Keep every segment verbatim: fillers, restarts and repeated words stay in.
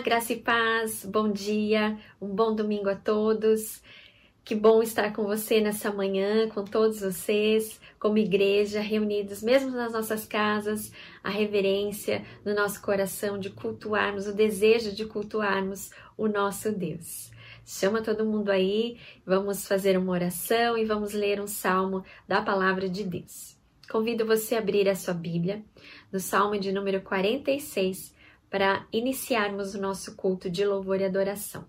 graça e paz, bom dia, um bom domingo a todos. Que bom estar com você nessa manhã, com todos vocês, como igreja, reunidos mesmo nas nossas casas, a reverência no nosso coração de cultuarmos, o desejo de cultuarmos o nosso Deus. Chama todo mundo aí, vamos fazer uma oração e vamos ler um salmo da palavra de Deus. Convido você a abrir a sua Bíblia no salmo de número quarenta e seis para iniciarmos o nosso culto de louvor e adoração.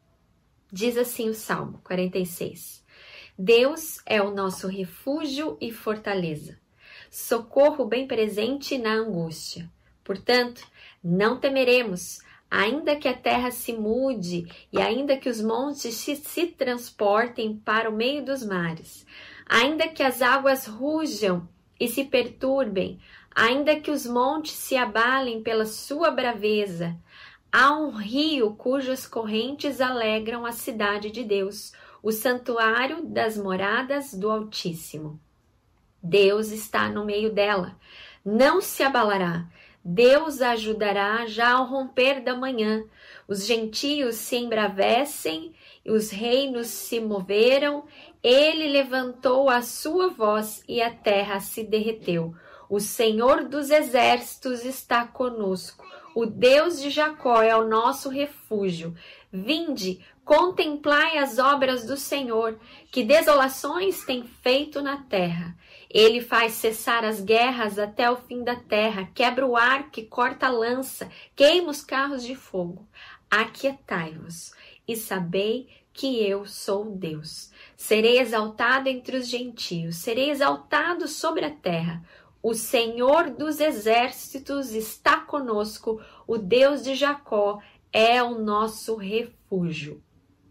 Diz assim o Salmo quarenta e seis: Deus é o nosso refúgio e fortaleza, socorro bem presente na angústia. Portanto, não temeremos, ainda que a terra se mude e ainda que os montes se, se transportem para o meio dos mares, ainda que as águas rujam e se perturbem, ainda que os montes se abalem pela sua braveza. Há um rio cujas correntes alegram a cidade de Deus, o santuário das moradas do Altíssimo. Deus está no meio dela, não se abalará. Deus a ajudará já ao romper da manhã. Os gentios se embravecem, os reinos se moveram. Ele levantou a sua voz e a terra se derreteu. O Senhor dos exércitos está conosco. O Deus de Jacó é o nosso refúgio. Vinde, contemplai as obras do Senhor, que desolações tem feito na terra. Ele faz cessar as guerras até o fim da terra, quebra o arco e corta a lança, queima os carros de fogo. Aquietai-vos e sabei que eu sou Deus. Serei exaltado entre os gentios, serei exaltado sobre a terra. O Senhor dos exércitos está conosco, o Deus de Jacó é o nosso refúgio.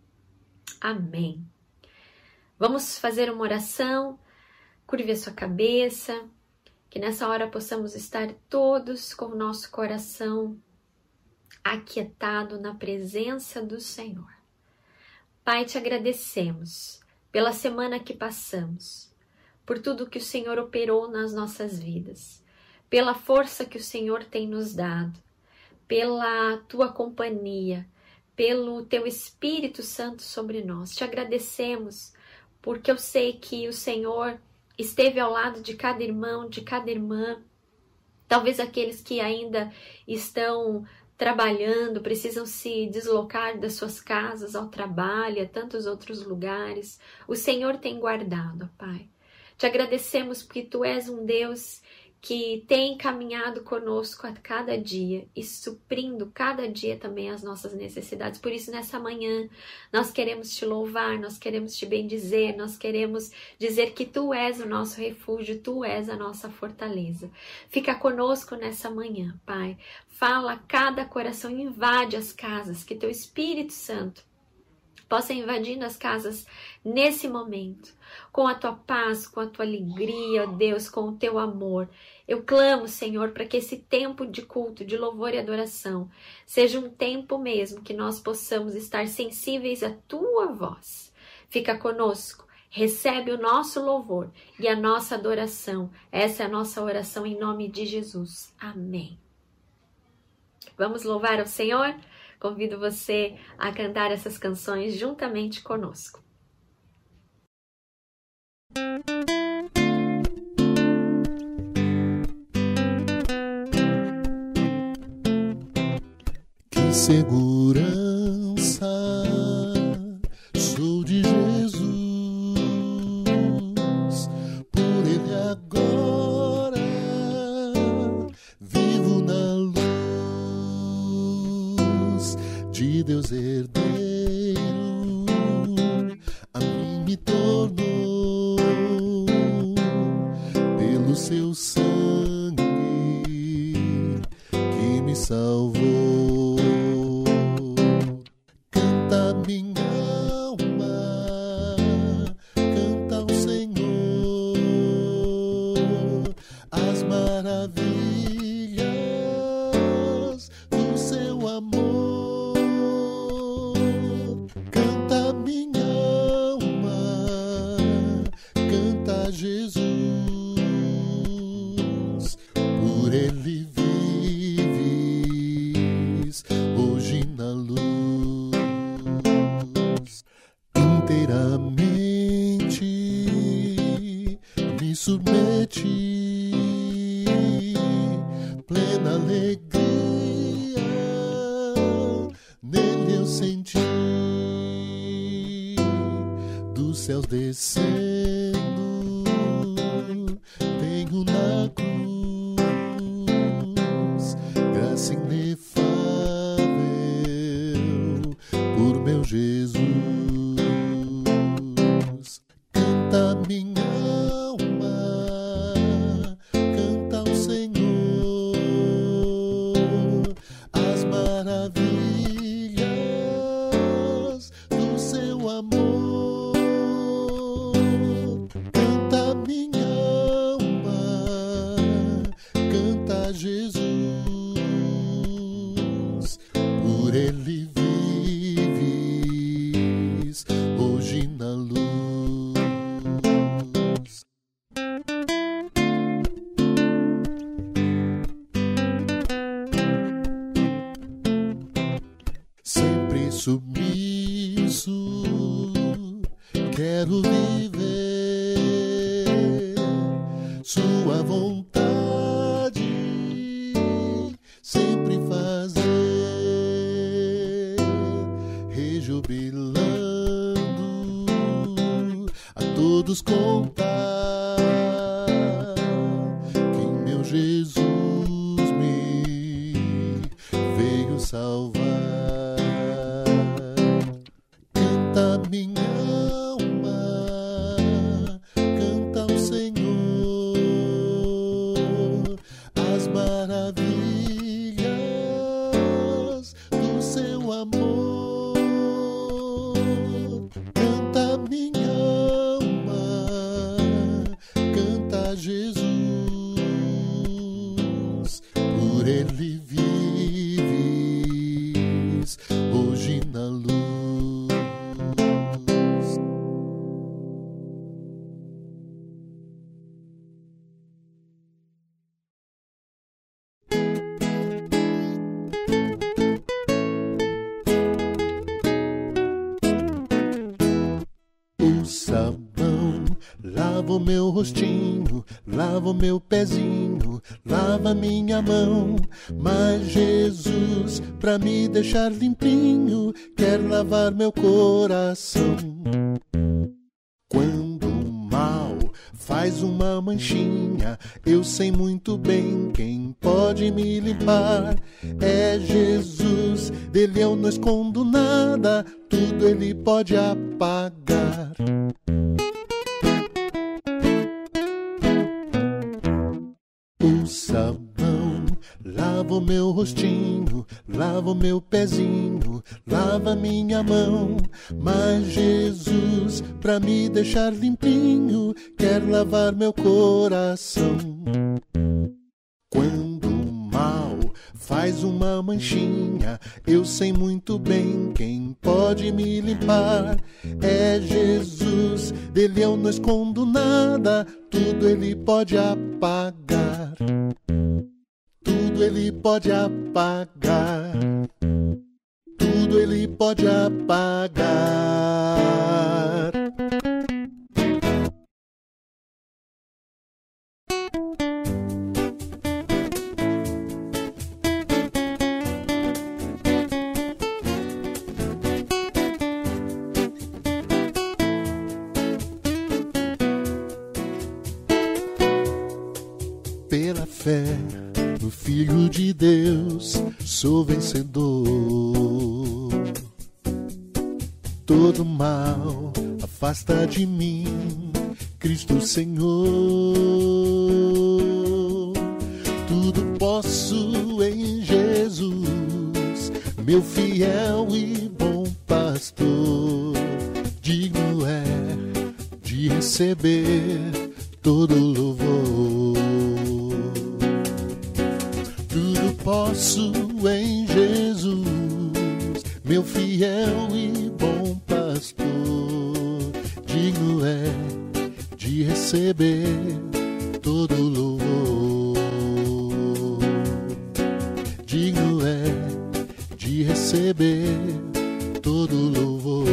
Amém. Vamos fazer uma oração, curve a sua cabeça, que nessa hora possamos estar todos com o nosso coração aquietado na presença do Senhor. Pai, te agradecemos pela semana que passamos, por tudo que o Senhor operou nas nossas vidas, pela força que o Senhor tem nos dado, pela tua companhia, pelo teu Espírito Santo sobre nós. Te agradecemos porque eu sei que o Senhor esteve ao lado de cada irmão, de cada irmã, talvez aqueles que ainda estão trabalhando, precisam se deslocar das suas casas ao trabalho, a tantos outros lugares. O Senhor tem guardado, Pai. Te agradecemos porque Tu és um Deus que tem caminhado conosco a cada dia e suprindo cada dia também as nossas necessidades. Por isso, nessa manhã, nós queremos Te louvar, nós queremos Te bendizer, nós queremos dizer que Tu és o nosso refúgio, Tu és a nossa fortaleza. Fica conosco nessa manhã, Pai. Fala a cada coração, invade as casas, que Teu Espírito Santo possa invadir nas casas nesse momento, com a Tua paz, com a Tua alegria, ó Deus, com o Teu amor. Eu clamo, Senhor, para que esse tempo de culto, de louvor e adoração, seja um tempo mesmo que nós possamos estar sensíveis à Tua voz. Fica conosco, recebe o nosso louvor e a nossa adoração. Essa é a nossa oração em nome de Jesus. Amém. Vamos louvar ao Senhor? Convido você a cantar essas canções juntamente conosco. Que segurança sou de Jesus, por Ele agora vivo na luz de Deus herdeiro, a mim me tornou pelo seu sangue que me salvou. Canta minha alma, canta ao Senhor as maravilhas do seu amor. senti dos céus descendo, tenho na cruz graça inefável por meu Jesus. Canta minha alma, canta ao Senhor as maravilhas do seu amor. Canta minha alma, canta Jesus, por ele vives hoje na luz. Sempre submisso, quero viver sua vontade, sempre fazer, rejubilando, a todos contar que meu Jesus me veio salvar. Canta minha alma, canta ao Senhor as maravilhas do seu amor. Canta minha alma, canta Jesus, por ele vives hoje na luz. O sabão lava o meu rostinho, lava o meu pezinho, lava minha mão. Mas Jesus, pra me deixar limpinho, quer lavar meu coração. Quando o mal faz uma manchinha, eu sei muito bem quem pode me limpar. É Jesus, dele eu não escondo nada, tudo ele pode apagar. O sabão lava o meu rostinho, lava o meu pezinho, lava minha mão. Mas Jesus, pra me deixar limpinho, quer lavar meu coração. Quando o mal faz uma manchinha, eu sei muito bem quem pode me limpar. É Jesus, dele eu não escondo nada, tudo ele pode apagar. Tudo ele pode apagar. Tudo ele pode apagar. Pela fé no Filho de Deus, sou vencedor. Todo mal afasta de mim, Cristo Senhor. Tudo posso em Jesus, meu fiel e bom pastor. Digno é de receber todo louvor. Tudo posso em Jesus, meu fiel e bom pastor. Digno é de receber todo louvor. Digno é de receber todo louvor.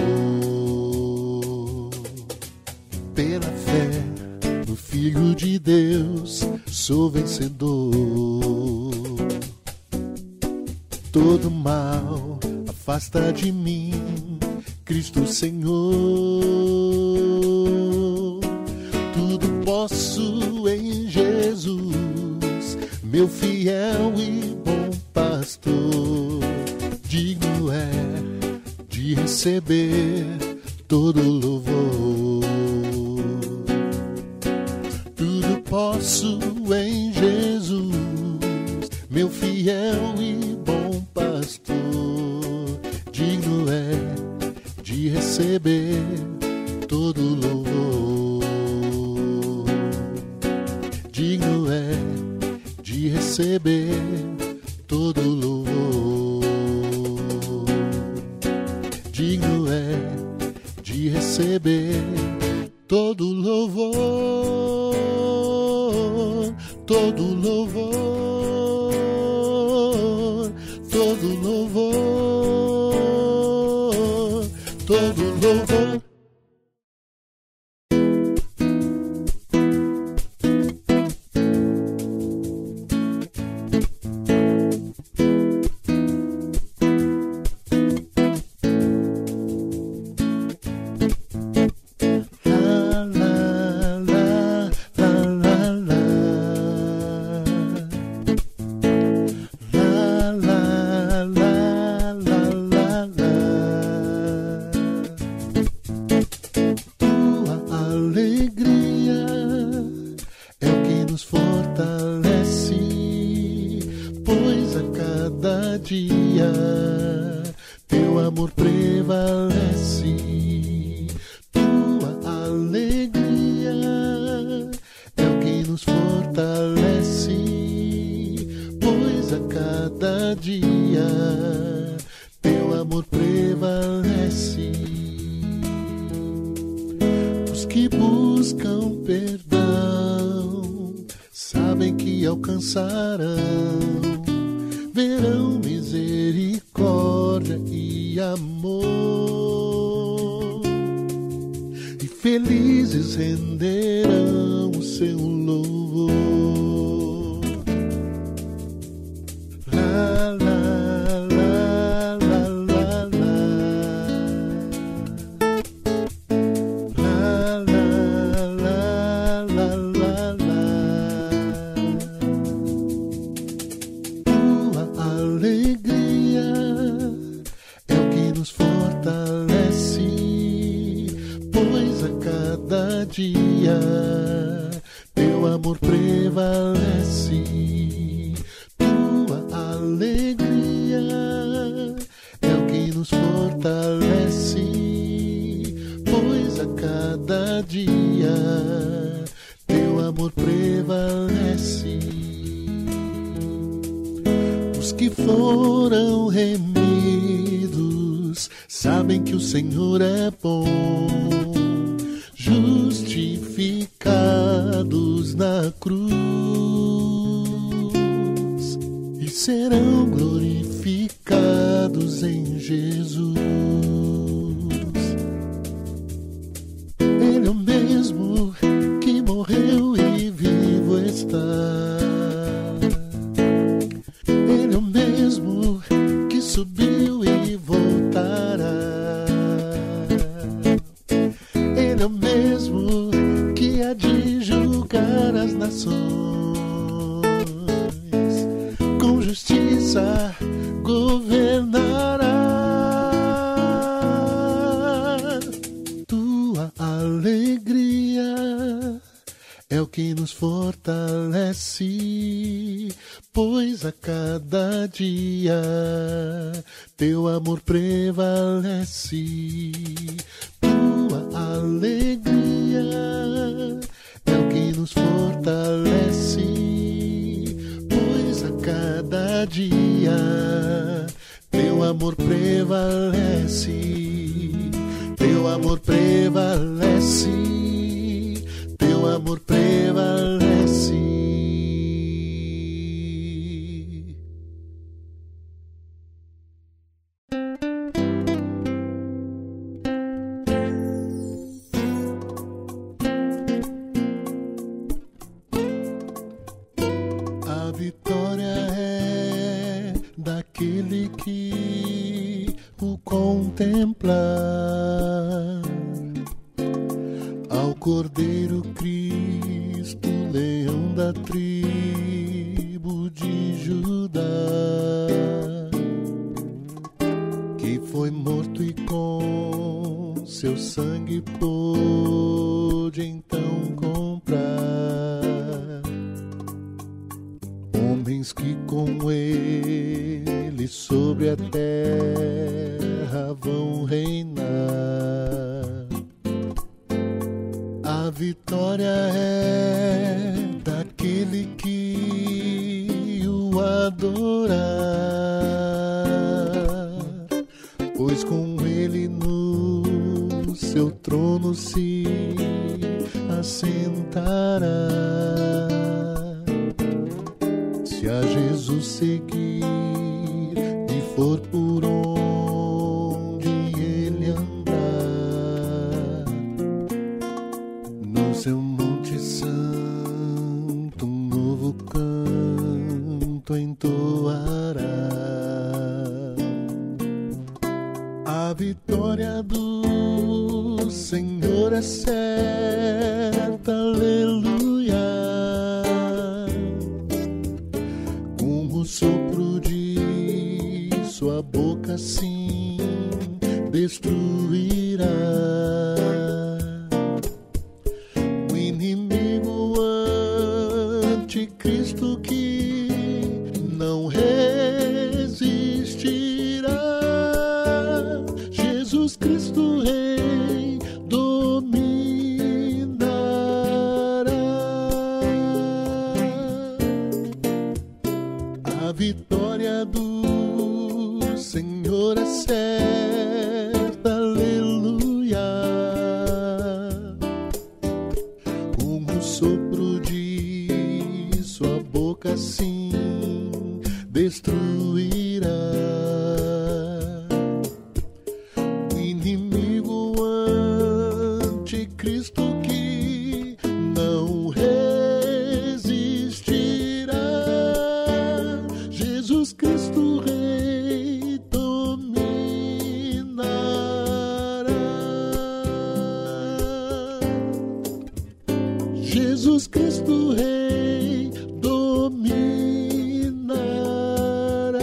Pela fé no Filho de Deus, sou vencedor. Todo mal afasta de mim, Cristo Senhor. Tudo posso em Jesus, meu fiel e bom pastor. Digno é de receber todo louvor. Tudo posso em Jesus, meu fiel e bom pastor. Digno é de receber todo louvor. Digno é de receber todo louvor. Digno é de receber todo louvor, todo louvor, todo louvor, todo louvor. contemplar ao Cordeiro Cristo, leão da tribo de Judá, que foi morto e com seu sangue pôde então comprar homens que com ele sobre a terra vão reinar. A vitória é daquele que o adorar, pois com ele no seu trono se assentará. Se a Jesus seguir e for por onde ele andar, no seu Monte Santo um novo canto entoará. A vitória do Senhor é certa, aleluia. Com o sopro de sua boca sim destruirá o inimigo anticristo que não resistirá. Jesus Cristo Rei dominará. A vitória do Senhor é certa, aleluia. Com o sopro de sua boca sim destruirá o inimigo anticristo que não resistirá. Jesus Cristo Rei dominará. Jesus Cristo Rei dominará.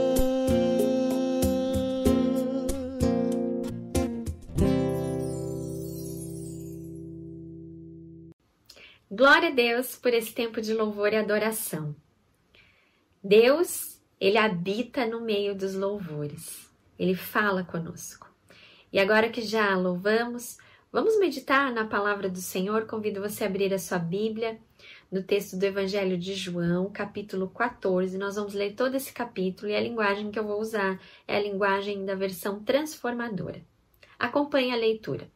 Glória a Deus por esse tempo de louvor e adoração. Deus, Ele habita no meio dos louvores. Ele fala conosco. E agora que já louvamos, vamos meditar na palavra do Senhor. Convido você a abrir a sua Bíblia no texto do Evangelho de João, capítulo quatorze. Nós vamos ler todo esse capítulo e a linguagem que eu vou usar é a linguagem da versão transformadora. Acompanhe a leitura.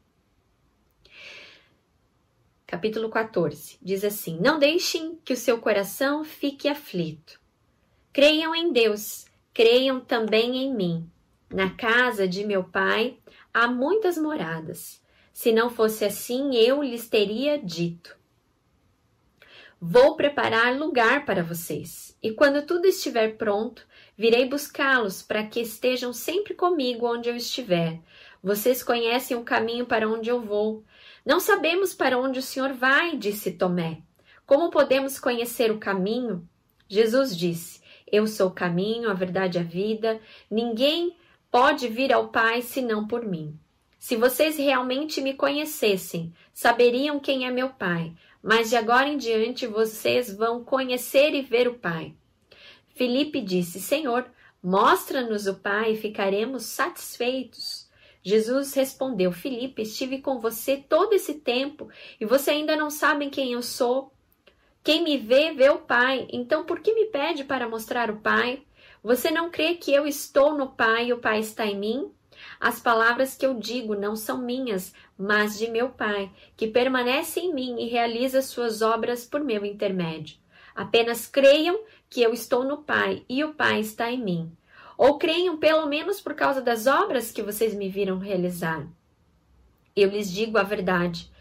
Capítulo quatorze, diz assim: Não deixem que o seu coração fique aflito. Creiam em Deus, creiam também em mim. Na casa de meu Pai há muitas moradas. Se não fosse assim, eu lhes teria dito. Vou preparar lugar para vocês, e quando tudo estiver pronto, virei buscá-los para que estejam sempre comigo onde eu estiver. Vocês conhecem o caminho para onde eu vou. Não sabemos para onde o Senhor vai, disse Tomé. Como podemos conhecer o caminho? Jesus disse: Eu sou o caminho, a verdade e a vida. Ninguém pode vir ao Pai senão por mim. Se vocês realmente me conhecessem, saberiam quem é meu Pai. Mas de agora em diante vocês vão conhecer e ver o Pai. Filipe disse: Senhor, mostra-nos o Pai e ficaremos satisfeitos. Jesus respondeu: Filipe, estive com você todo esse tempo e você ainda não sabe quem eu sou. Quem me vê, vê o Pai. Então por que me pede para mostrar o Pai? Você não crê que eu estou no Pai e o Pai está em mim? As palavras que eu digo não são minhas, mas de meu Pai, que permanece em mim e realiza suas obras por meu intermédio. Apenas creiam que eu estou no Pai e o Pai está em mim. Ou creiam pelo menos por causa das obras que vocês me viram realizar. Eu lhes digo a verdade.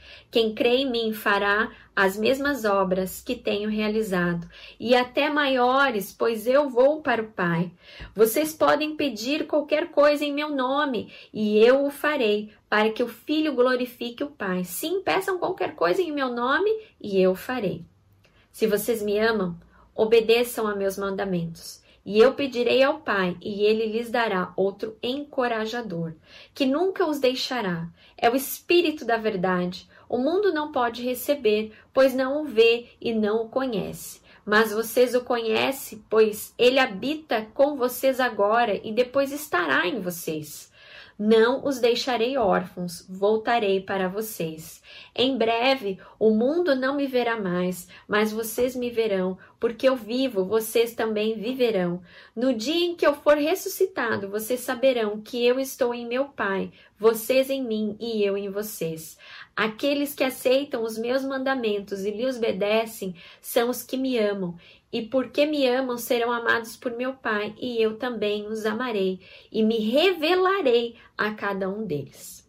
Quem crê em mim fará as mesmas obras que tenho realizado, e até maiores, pois eu vou para o Pai. Vocês podem pedir qualquer coisa em meu nome, e eu o farei, para que o Filho glorifique o Pai. Sim, peçam qualquer coisa em meu nome, e eu farei. Se vocês me amam, obedeçam a meus mandamentos. E eu pedirei ao Pai, e ele lhes dará outro encorajador, que nunca os deixará. É o Espírito da verdade. O mundo não pode receber, pois não o vê e não o conhece. Mas vocês o conhecem, pois ele habita com vocês agora e depois estará em vocês. Não os deixarei órfãos, voltarei para vocês. Em breve, o mundo não me verá mais, mas vocês me verão, porque eu vivo, vocês também viverão. No dia em que eu for ressuscitado, vocês saberão que eu estou em meu Pai, vocês em mim e eu em vocês. Aqueles que aceitam os meus mandamentos e lhes obedecem são os que me amam. E porque me amam, serão amados por meu Pai, e eu também os amarei, e me revelarei a cada um deles.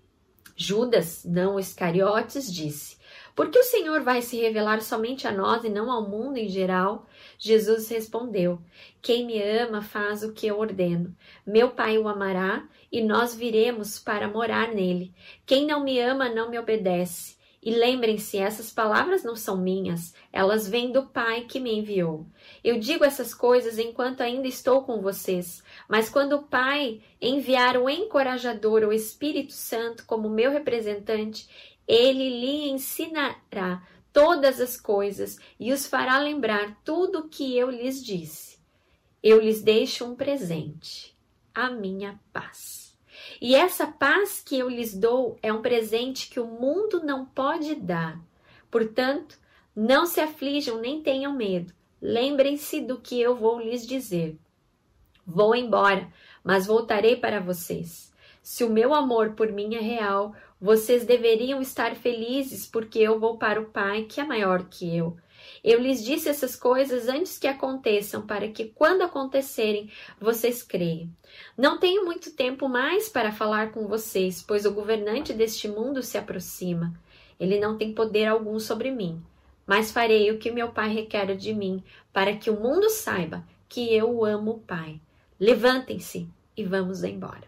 Judas, não Iscariotes, disse: por que o Senhor vai se revelar somente a nós e não ao mundo em geral? Jesus respondeu: quem me ama faz o que eu ordeno. Meu Pai o amará, e nós viremos para morar nele. Quem não me ama não me obedece. E lembrem-se, essas palavras não são minhas, elas vêm do Pai que me enviou. Eu digo essas coisas enquanto ainda estou com vocês, mas quando o Pai enviar o encorajador, o Espírito Santo, como meu representante, ele lhe ensinará todas as coisas e os fará lembrar tudo o que eu lhes disse. Eu lhes deixo um presente, a minha paz. E essa paz que eu lhes dou é um presente que o mundo não pode dar. Portanto, não se aflijam nem tenham medo. Lembrem-se do que eu vou lhes dizer. Vou embora, mas voltarei para vocês. Se o meu amor por mim é real, vocês deveriam estar felizes porque eu vou para o Pai, que é maior que eu. Eu lhes disse essas coisas antes que aconteçam, para que, quando acontecerem, vocês creiam. Não tenho muito tempo mais para falar com vocês, pois o governante deste mundo se aproxima. Ele não tem poder algum sobre mim, mas farei o que meu Pai requer de mim, para que o mundo saiba que eu amo o Pai. Levantem-se e vamos embora.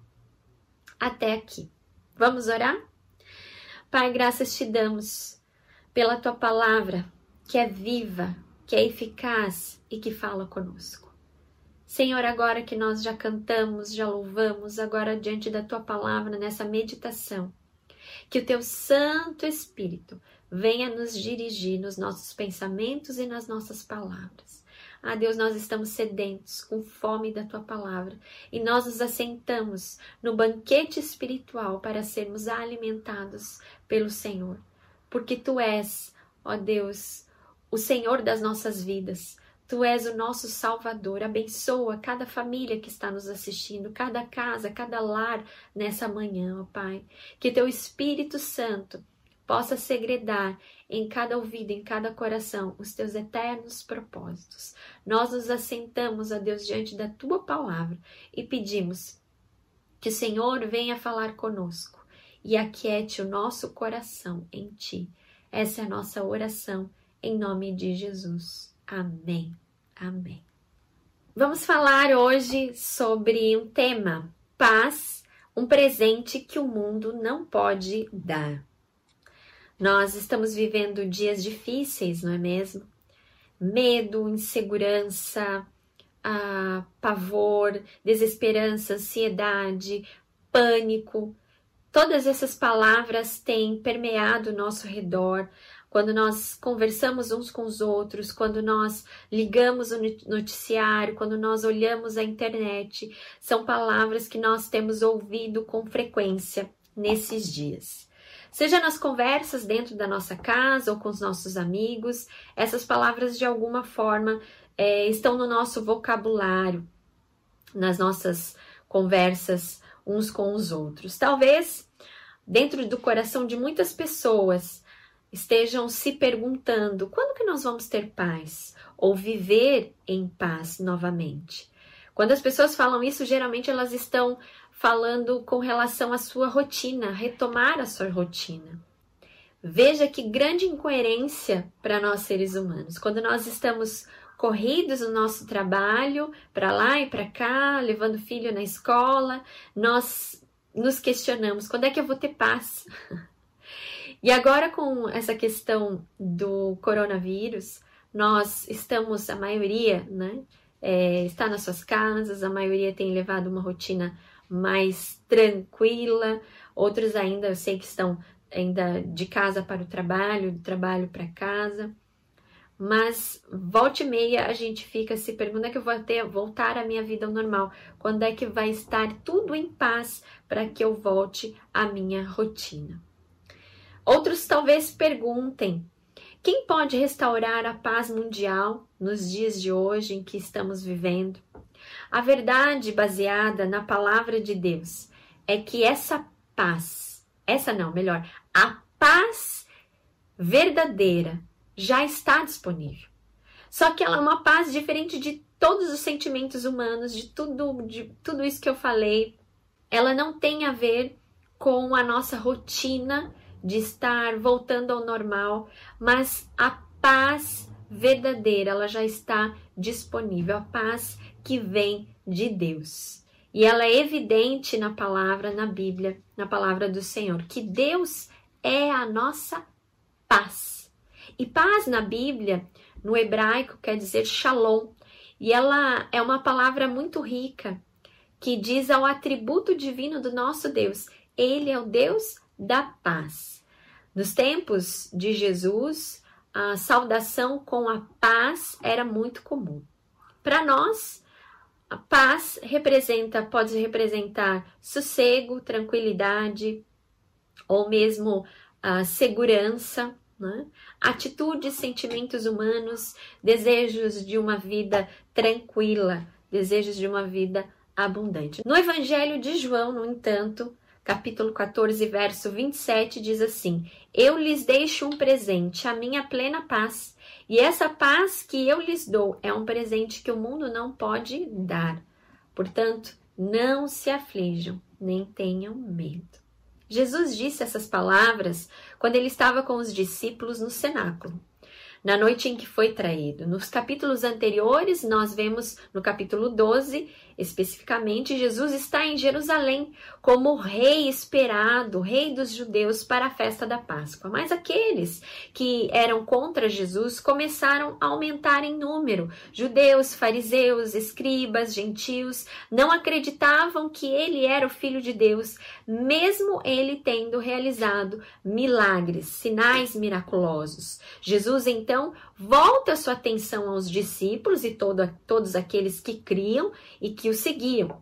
Até aqui. Vamos orar? Pai, graças te damos pela tua palavra, que é viva, que é eficaz e que fala conosco. Senhor, agora que nós já cantamos, já louvamos, agora diante da tua palavra, nessa meditação, que o teu Santo Espírito venha nos dirigir nos nossos pensamentos e nas nossas palavras. Ah, Deus, nós estamos sedentos, com fome da tua palavra, e nós nos assentamos no banquete espiritual para sermos alimentados pelo Senhor, porque tu és, ó Deus, o Senhor das nossas vidas. Tu és o nosso Salvador. Abençoa cada família que está nos assistindo, cada casa, cada lar nessa manhã, ó Pai. Que teu Espírito Santo possa segredar em cada ouvido, em cada coração, os teus eternos propósitos. Nós nos assentamos, ó Deus, diante da tua palavra e pedimos que o Senhor venha falar conosco e aquiete o nosso coração em ti. Essa é a nossa oração. Em nome de Jesus. Amém. Amém. Vamos falar hoje sobre um tema: paz, um presente que o mundo não pode dar. Nós estamos vivendo dias difíceis, não é mesmo? Medo, insegurança, ah, pavor, desesperança, ansiedade, pânico. Todas essas palavras têm permeado o nosso redor. Quando nós conversamos uns com os outros, quando nós ligamos o noticiário, quando nós olhamos a internet, são palavras que nós temos ouvido com frequência nesses dias. Seja nas conversas dentro da nossa casa ou com os nossos amigos, essas palavras de alguma forma é, estão no nosso vocabulário, nas nossas conversas uns com os outros. Talvez dentro do coração de muitas pessoas estejam se perguntando: quando que nós vamos ter paz? Ou viver em paz novamente? Quando as pessoas falam isso, geralmente elas estão falando com relação à sua rotina, retomar a sua rotina. Veja que grande incoerência para nós seres humanos. Quando nós estamos corridos no nosso trabalho, para lá e para cá, levando o filho na escola, nós nos questionamos, quando é que eu vou ter paz? E agora com essa questão do coronavírus, nós estamos, a maioria, né, é, está nas suas casas, a maioria tem levado uma rotina mais tranquila, outros ainda, eu sei que estão ainda de casa para o trabalho, do trabalho para casa, mas volta e meia a gente fica se perguntando, é que eu vou ter, voltar à minha vida ao normal? Quando é que vai estar tudo em paz para que eu volte à minha rotina? Outros talvez perguntem, quem pode restaurar a paz mundial nos dias de hoje em que estamos vivendo? A verdade baseada na palavra de Deus é que essa paz, essa não, melhor, a paz verdadeira já está disponível. Só que ela é uma paz diferente de todos os sentimentos humanos, de tudo, de tudo isso que eu falei. Ela não tem a ver com a nossa rotina de estar voltando ao normal, mas a paz verdadeira, ela já está disponível, a paz que vem de Deus. E ela é evidente na palavra, na Bíblia, na palavra do Senhor, que Deus é a nossa paz. E paz na Bíblia, no hebraico, quer dizer shalom. E ela é uma palavra muito rica, que diz ao atributo divino do nosso Deus. Ele é o Deus da paz. Nos tempos de Jesus, a saudação com a paz era muito comum. Para nós, a paz representa, pode representar sossego, tranquilidade, ou mesmo a segurança, né? Atitudes, sentimentos humanos, desejos de uma vida tranquila, desejos de uma vida abundante. No Evangelho de João, no entanto, capítulo quatorze, verso vinte e sete, diz assim: eu lhes deixo um presente, a minha plena paz. E essa paz que eu lhes dou é um presente que o mundo não pode dar. Portanto, não se aflijam, nem tenham medo. Jesus disse essas palavras quando ele estava com os discípulos no cenáculo, na noite em que foi traído. Nos capítulos anteriores, nós vemos no capítulo doze, especificamente, Jesus está em Jerusalém como o rei esperado, o rei dos judeus para a festa da Páscoa. Mas aqueles que eram contra Jesus começaram a aumentar em número. Judeus, fariseus, escribas, gentios não acreditavam que ele era o Filho de Deus, mesmo ele tendo realizado milagres, sinais miraculosos. Jesus, então, volta sua atenção aos discípulos e todo, todos aqueles que criam e que o seguiam.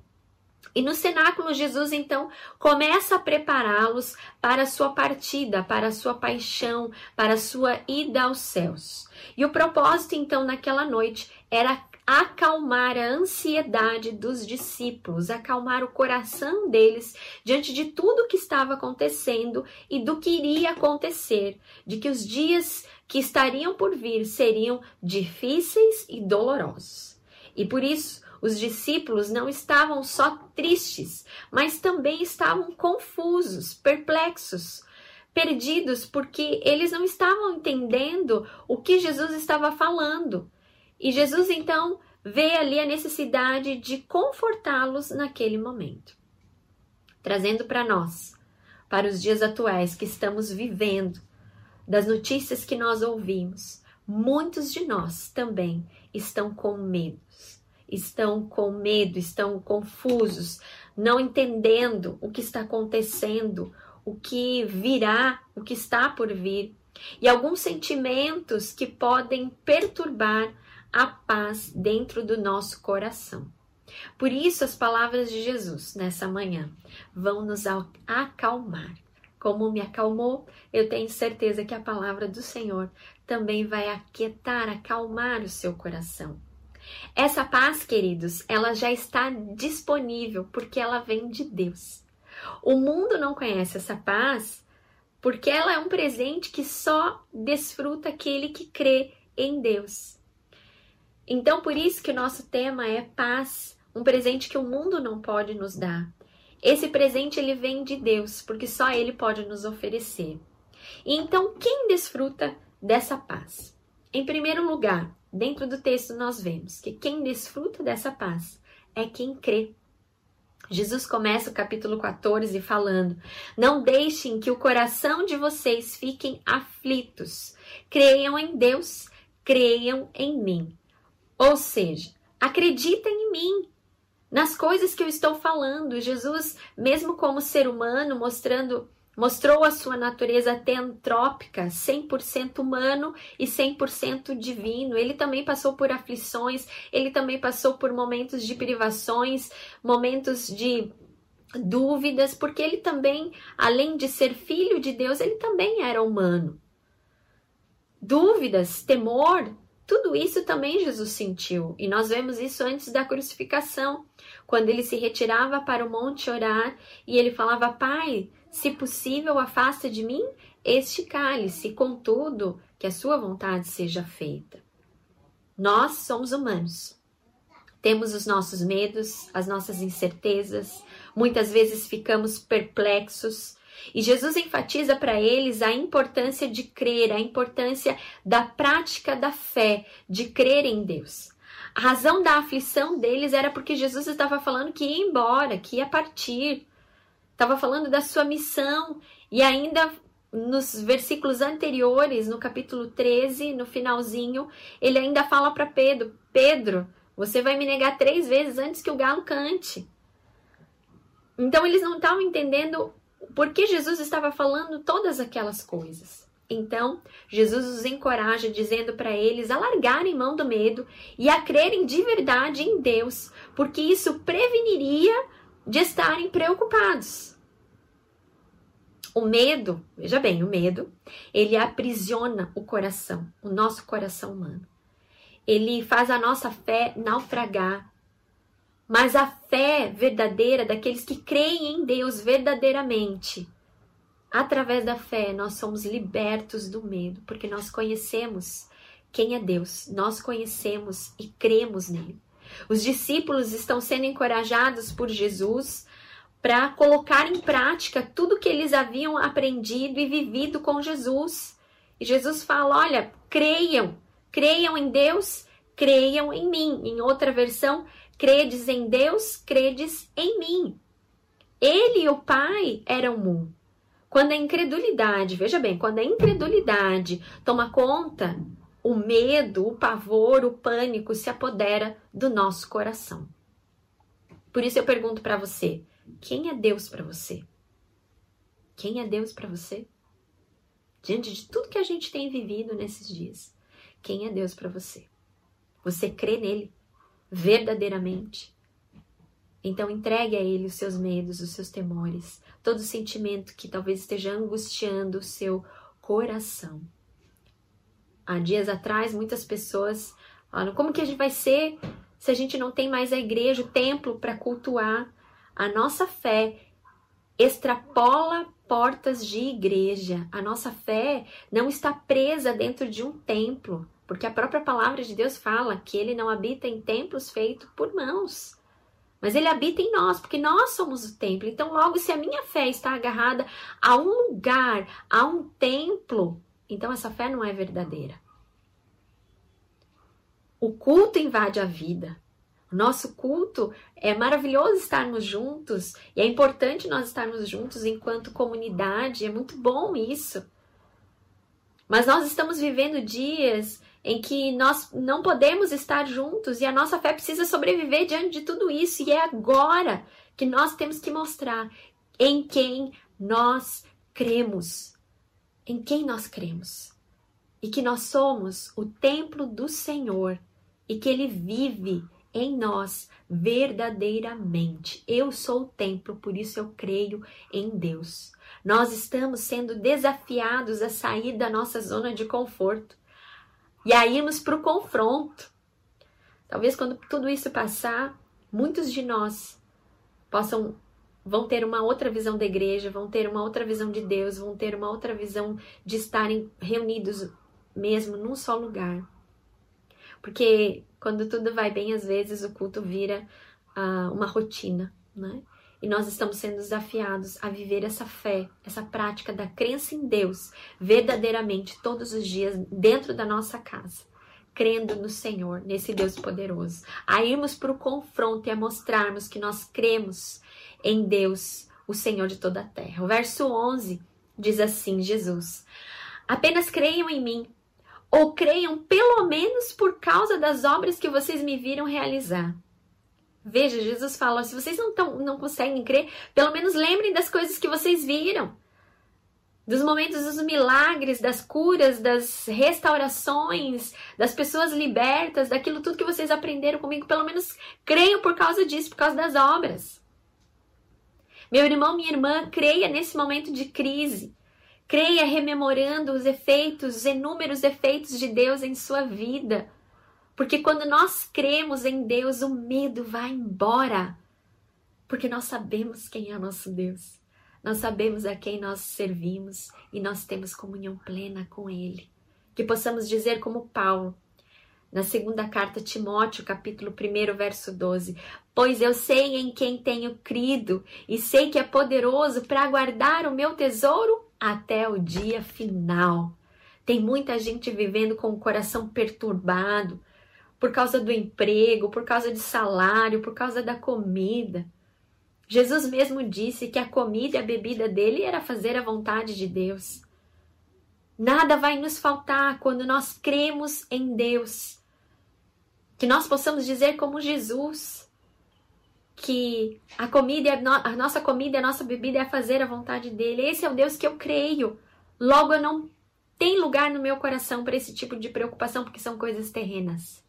E no cenáculo, Jesus, então, começa a prepará-los para a sua partida, para a sua paixão, para a sua ida aos céus. E o propósito, então, naquela noite era acalmar a ansiedade dos discípulos, acalmar o coração deles diante de tudo que estava acontecendo e do que iria acontecer, de que os dias que estariam por vir seriam difíceis e dolorosos. E por isso, os discípulos não estavam só tristes, mas também estavam confusos, perplexos, perdidos, porque eles não estavam entendendo o que Jesus estava falando. E Jesus, então, vê ali a necessidade de confortá-los naquele momento, trazendo para nós, para os dias atuais que estamos vivendo, das notícias que nós ouvimos, muitos de nós também estão com medo. Estão com medo, estão confusos, não entendendo o que está acontecendo, o que virá, o que está por vir. E alguns sentimentos que podem perturbar a paz dentro do nosso coração. Por isso, as palavras de Jesus nessa manhã vão nos acalmar. Como me acalmou, eu tenho certeza que a palavra do Senhor também vai aquietar, acalmar o seu coração. Essa paz, queridos, ela já está disponível porque ela vem de Deus. O mundo não conhece essa paz porque ela é um presente que só desfruta aquele que crê em Deus. Então, por isso que o nosso tema é paz, um presente que o mundo não pode nos dar. Esse presente, ele vem de Deus, porque só Ele pode nos oferecer. Então, quem desfruta dessa paz? Em primeiro lugar, dentro do texto nós vemos que quem desfruta dessa paz é quem crê. Jesus começa o capítulo quatorze falando: não deixem que o coração de vocês fiquem aflitos. Creiam em Deus, creiam em mim. Ou seja, acreditem em mim, nas coisas que eu estou falando. Jesus, mesmo como ser humano, mostrando, mostrou a sua natureza teantrópica, cem por cento humano e cem por cento divino. Ele também passou por aflições, ele também passou por momentos de privações, momentos de dúvidas, porque ele também, além de ser filho de Deus, ele também era humano. Dúvidas, temor, tudo isso também Jesus sentiu. E nós vemos isso antes da crucificação, quando ele se retirava para o monte orar e ele falava: Pai, se possível, afasta de mim este cálice, contudo, que a sua vontade seja feita. Nós somos humanos. Temos os nossos medos, as nossas incertezas, muitas vezes ficamos perplexos. E Jesus enfatiza para eles a importância de crer, a importância da prática da fé, de crer em Deus. A razão da aflição deles era porque Jesus estava falando que ia embora, que ia partir. Estava falando da sua missão. E ainda nos versículos anteriores, no capítulo treze, no finalzinho, ele ainda fala para Pedro: Pedro, você vai me negar três vezes antes que o galo cante. Então eles não estavam entendendo por que Jesus estava falando todas aquelas coisas. Então, Jesus os encoraja dizendo para eles a largarem mão do medo e a crerem de verdade em Deus, porque isso preveniria de estarem preocupados. O medo, veja bem, o medo, ele aprisiona o coração, o nosso coração humano. Ele faz a nossa fé naufragar. Mas a fé verdadeira daqueles que creem em Deus verdadeiramente, através da fé nós somos libertos do medo, porque nós conhecemos quem é Deus, nós conhecemos e cremos nele. Os discípulos estão sendo encorajados por Jesus para colocar em prática tudo que eles haviam aprendido e vivido com Jesus. E Jesus fala: olha, creiam, creiam em Deus, creiam em mim. Em outra versão, credes em Deus, credes em mim. Ele e o Pai eram um. Quando a incredulidade, veja bem, quando a incredulidade toma conta, o medo, o pavor, o pânico se apodera do nosso coração. Por isso eu pergunto para você: quem é Deus para você? Quem é Deus para você? Diante de tudo que a gente tem vivido nesses dias, quem é Deus para você? Você crê nele verdadeiramente? Então entregue a ele os seus medos, os seus temores, todo sentimento que talvez esteja angustiando o seu coração. Há dias atrás, muitas pessoas falaram: como que a gente vai ser se a gente não tem mais a igreja, o templo para cultuar? A nossa fé extrapola portas de igreja. A nossa fé não está presa dentro de um templo, porque a própria palavra de Deus fala que ele não habita em templos feitos por mãos, mas ele habita em nós, porque nós somos o templo. Então, logo, se a minha fé está agarrada a um lugar, a um templo, então essa fé não é verdadeira. O culto invade a vida. O nosso culto, é maravilhoso estarmos juntos, e é importante nós estarmos juntos enquanto comunidade, é muito bom isso. Mas nós estamos vivendo dias em que nós não podemos estar juntos e a nossa fé precisa sobreviver diante de tudo isso. E é agora que nós temos que mostrar em quem nós cremos. Em quem nós cremos. E que nós somos o templo do Senhor e que Ele vive em nós verdadeiramente. Eu sou o templo, por isso eu creio em Deus. Nós estamos sendo desafiados a sair da nossa zona de conforto e a irmos para o confronto. Talvez quando tudo isso passar, muitos de nós possam, vão ter uma outra visão da igreja, vão ter uma outra visão de Deus, vão ter uma outra visão de estarem reunidos mesmo num só lugar. Porque quando tudo vai bem, às vezes o culto vira uh, uma rotina, né? E nós estamos sendo desafiados a viver essa fé, essa prática da crença em Deus, verdadeiramente, todos os dias, dentro da nossa casa. Crendo no Senhor, nesse Deus poderoso. A irmos para o confronto e a mostrarmos que nós cremos em Deus, o Senhor de toda a terra. O verso onze diz assim, Jesus: apenas creiam em mim, ou creiam pelo menos por causa das obras que vocês me viram realizar. Veja, Jesus fala, se vocês não, tão, não conseguem crer, pelo menos lembrem das coisas que vocês viram. Dos momentos dos milagres, das curas, das restaurações, das pessoas libertas, daquilo tudo que vocês aprenderam comigo. Pelo menos creiam por causa disso, por causa das obras. Meu irmão, minha irmã, creia nesse momento de crise. Creia rememorando os efeitos, os inúmeros efeitos de Deus em sua vida. Porque quando nós cremos em Deus, o medo vai embora. Porque nós sabemos quem é o nosso Deus. Nós sabemos a quem nós servimos e nós temos comunhão plena com Ele. Que possamos dizer como Paulo, na segunda carta a Timóteo, capítulo um, verso doze. Pois eu sei em quem tenho crido e sei que é poderoso para guardar o meu tesouro até o dia final. Tem muita gente vivendo com o coração perturbado, por causa do emprego, por causa de salário, por causa da comida. Jesus mesmo disse que a comida e a bebida dele era fazer a vontade de Deus. Nada vai nos faltar quando nós cremos em Deus. Que nós possamos dizer como Jesus, que a comida, a nossa comida e a nossa bebida é fazer a vontade dele. Esse é o Deus que eu creio. Logo, eu não tenho lugar no meu coração para esse tipo de preocupação, porque são coisas terrenas.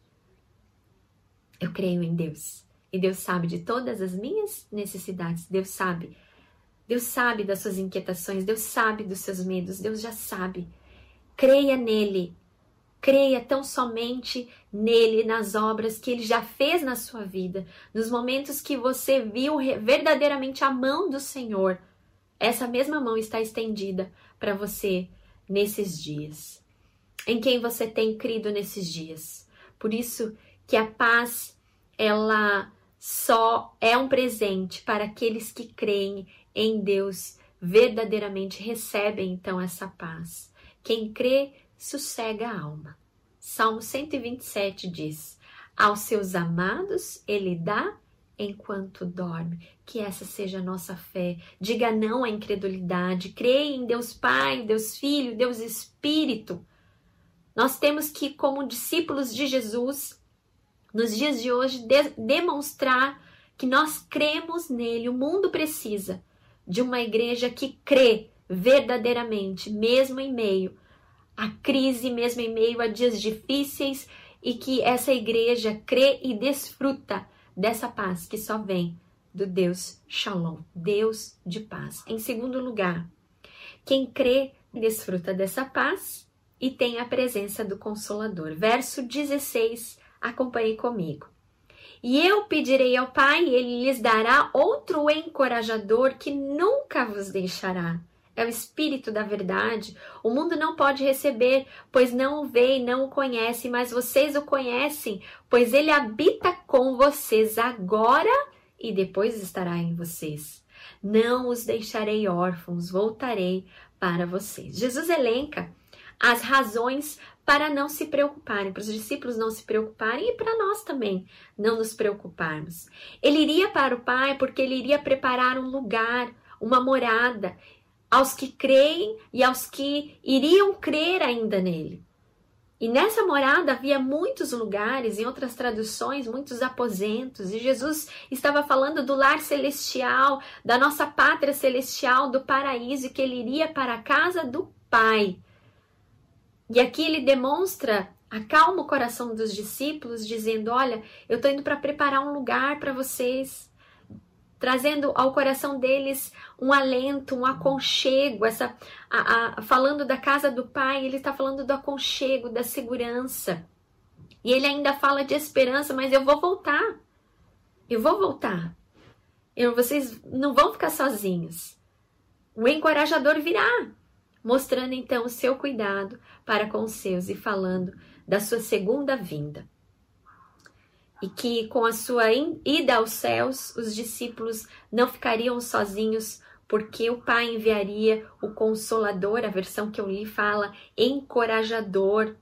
Eu creio em Deus. E Deus sabe de todas as minhas necessidades. Deus sabe. Deus sabe das suas inquietações. Deus sabe dos seus medos. Deus já sabe. Creia nele. Creia tão somente nele, nas obras que ele já fez na sua vida. Nos momentos que você viu verdadeiramente a mão do Senhor. Essa mesma mão está estendida para você nesses dias. Em quem você tem crido nesses dias. Por isso que a paz, ela só é um presente para aqueles que creem em Deus, verdadeiramente recebem então essa paz. Quem crê, sossega a alma. Salmo cento e vinte e sete diz: aos seus amados ele dá enquanto dorme. Que essa seja a nossa fé. Diga não à incredulidade. Creia em Deus Pai, Deus Filho, Deus Espírito. Nós temos que, como discípulos de Jesus, nos dias de hoje, de- demonstrar que nós cremos nele. O mundo precisa de uma igreja que crê verdadeiramente, mesmo em meio à crise, mesmo em meio a dias difíceis, e que essa igreja crê e desfruta dessa paz que só vem do Deus Shalom, Deus de paz. Em segundo lugar, quem crê desfruta dessa paz e tem a presença do Consolador. Verso dezesseis, acompanhe comigo. E eu pedirei ao Pai, e ele lhes dará outro encorajador que nunca vos deixará. É o Espírito da verdade. O mundo não pode receber, pois não o vê e não o conhece, mas vocês o conhecem, pois ele habita com vocês agora e depois estará em vocês. Não os deixarei órfãos, voltarei para vocês. Jesus elenca as razões para não se preocuparem, para os discípulos não se preocuparem e para nós também não nos preocuparmos. Ele iria para o Pai porque ele iria preparar um lugar, uma morada, aos que creem e aos que iriam crer ainda nele. E nessa morada havia muitos lugares, em outras traduções, muitos aposentos. E Jesus estava falando do lar celestial, da nossa pátria celestial, do paraíso, e que ele iria para a casa do Pai. E aqui ele demonstra, acalma o coração dos discípulos, dizendo: olha, eu estou indo para preparar um lugar para vocês, trazendo ao coração deles um alento, um aconchego, essa, a, a, falando da casa do Pai, ele está falando do aconchego, da segurança. E ele ainda fala de esperança, mas eu vou voltar, eu vou voltar. Eu, vocês não vão ficar sozinhos. O encorajador virá, mostrando então o seu cuidado para com os seus e falando da sua segunda vinda. e que com a sua ida aos céus, os discípulos não ficariam sozinhos, porque o Pai enviaria o Consolador, a versão que eu li fala encorajador.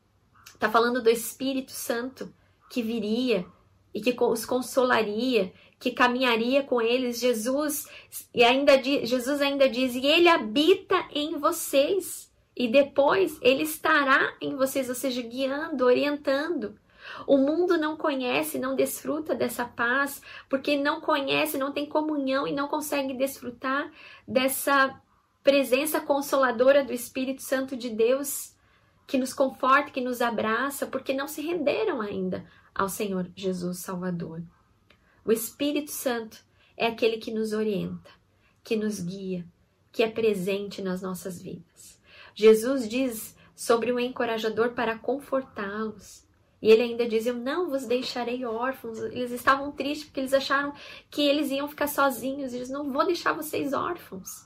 Está falando do Espírito Santo que viria e que os consolaria, que caminharia com eles. Jesus, e ainda, Jesus ainda diz, e Ele habita em vocês, e depois Ele estará em vocês, ou seja, guiando, orientando. O mundo não conhece, não desfruta dessa paz, porque não conhece, não tem comunhão e não consegue desfrutar dessa presença consoladora do Espírito Santo de Deus, que nos conforta, que nos abraça, porque não se renderam ainda ao Senhor Jesus Salvador. O Espírito Santo é aquele que nos orienta, que nos guia, que é presente nas nossas vidas. Jesus diz sobre o encorajador para confortá-los. E ele ainda diz, eu não vos deixarei órfãos. Eles estavam tristes porque eles acharam que eles iam ficar sozinhos. Eles não vou deixar vocês órfãos.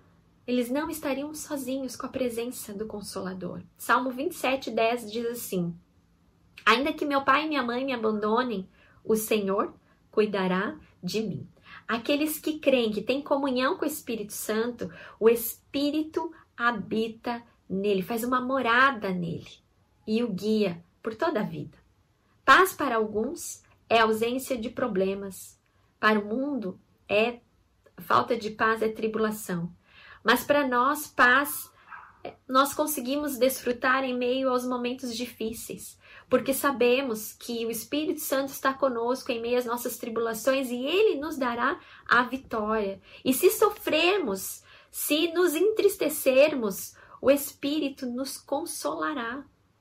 Eles não estariam sozinhos com a presença do Consolador. Salmo vinte e sete, dez diz assim, ainda que meu pai e minha mãe me abandonem, o Senhor cuidará de mim. Aqueles que creem, que têm comunhão com o Espírito Santo, o Espírito habita nele, faz uma morada nele e o guia por toda a vida. Paz para alguns é ausência de problemas. Para o mundo, é falta de paz é tribulação. Mas para nós, paz, nós conseguimos desfrutar em meio aos momentos difíceis, porque sabemos que o Espírito Santo está conosco em meio às nossas tribulações e Ele nos dará a vitória. E se sofrermos, se nos entristecermos, o Espírito nos consolará.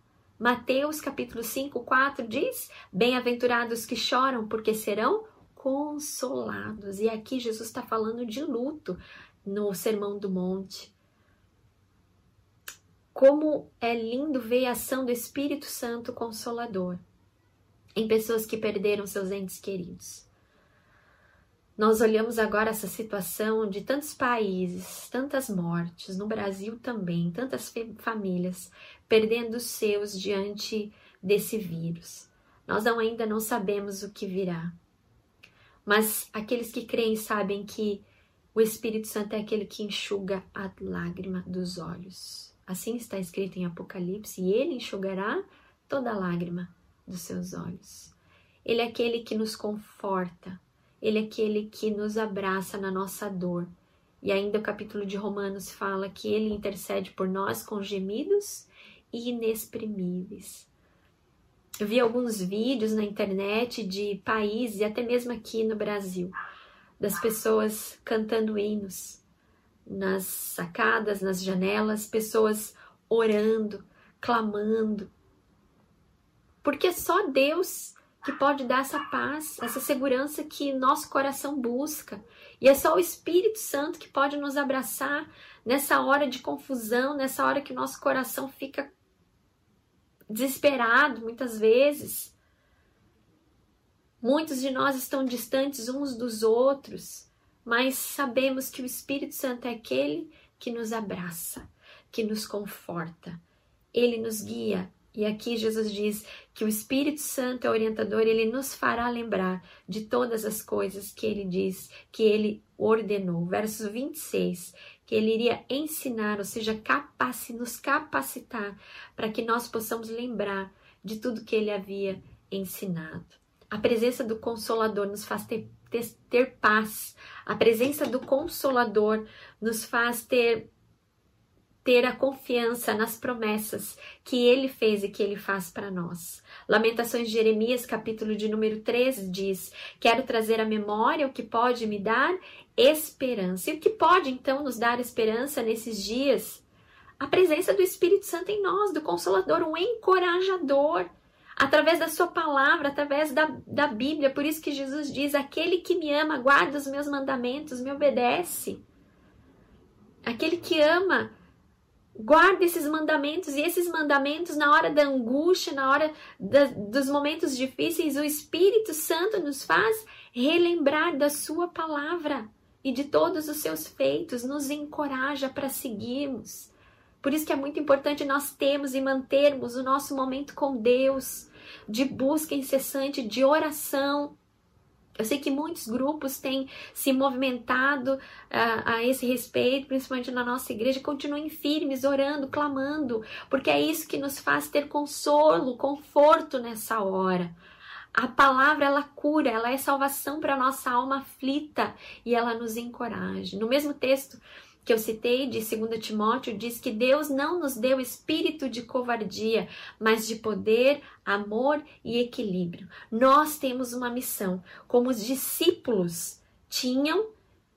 Mateus capítulo cinco, quatro diz, bem-aventurados que choram, porque serão consolados. E aqui Jesus está falando de luto no Sermão do Monte. Como é lindo ver a ação do Espírito Santo Consolador em pessoas que perderam seus entes queridos. Nós olhamos agora essa situação de tantos países, tantas mortes, no Brasil também, tantas famílias perdendo os seus diante desse vírus. Nós não, ainda não sabemos o que virá, mas aqueles que creem sabem que o Espírito Santo é aquele que enxuga a lágrima dos olhos. Assim está escrito em Apocalipse, e Ele enxugará toda a lágrima dos seus olhos. Ele é aquele que nos conforta, Ele é aquele que nos abraça na nossa dor. E ainda o capítulo de Romanos fala que Ele intercede por nós com gemidos inexprimíveis. Eu vi alguns vídeos na internet de países, e até mesmo aqui no Brasil, das pessoas cantando hinos nas sacadas, nas janelas, pessoas orando, clamando. Porque é só Deus que pode dar essa paz, essa segurança que nosso coração busca. E é só o Espírito Santo que pode nos abraçar nessa hora de confusão, nessa hora que o nosso coração fica desesperado, muitas vezes. Muitos de nós estão distantes uns dos outros, mas sabemos que o Espírito Santo é aquele que nos abraça, que nos conforta. Ele nos guia. E aqui Jesus diz que o Espírito Santo é orientador, ele nos fará lembrar de todas as coisas que ele diz, que ele ordenou. Verso vinte e seis, que ele iria ensinar, ou seja, capaci, nos capacitar para que nós possamos lembrar de tudo que ele havia ensinado. A presença do Consolador nos faz ter, ter, ter paz. A presença do Consolador nos faz ter, ter a confiança nas promessas que Ele fez e que Ele faz para nós. Lamentações de Jeremias, capítulo de número treze, diz: quero trazer à memória o que pode me dar esperança. E o que pode, então, nos dar esperança nesses dias? A presença do Espírito Santo em nós, do Consolador, um encorajador. Através da sua palavra, através da, da Bíblia. Por isso que Jesus diz, aquele que me ama, guarda os meus mandamentos, me obedece. Aquele que ama, guarda esses mandamentos. E esses mandamentos, na hora da angústia, na hora da, dos momentos difíceis, o Espírito Santo nos faz relembrar da sua palavra e de todos os seus feitos, nos encoraja para seguirmos. Por isso que é muito importante nós termos e mantermos o nosso momento com Deus, de busca incessante, de oração. Eu sei que muitos grupos têm se movimentado uh, a esse respeito, principalmente na nossa igreja. Continuem firmes, orando, clamando, porque é isso que nos faz ter consolo, conforto nessa hora. A palavra, ela cura, ela é salvação para a nossa alma aflita e ela nos encoraja. No mesmo texto que eu citei, de Segundo Timóteo, diz que Deus não nos deu espírito de covardia, mas de poder, amor e equilíbrio. Nós temos uma missão, como os discípulos tinham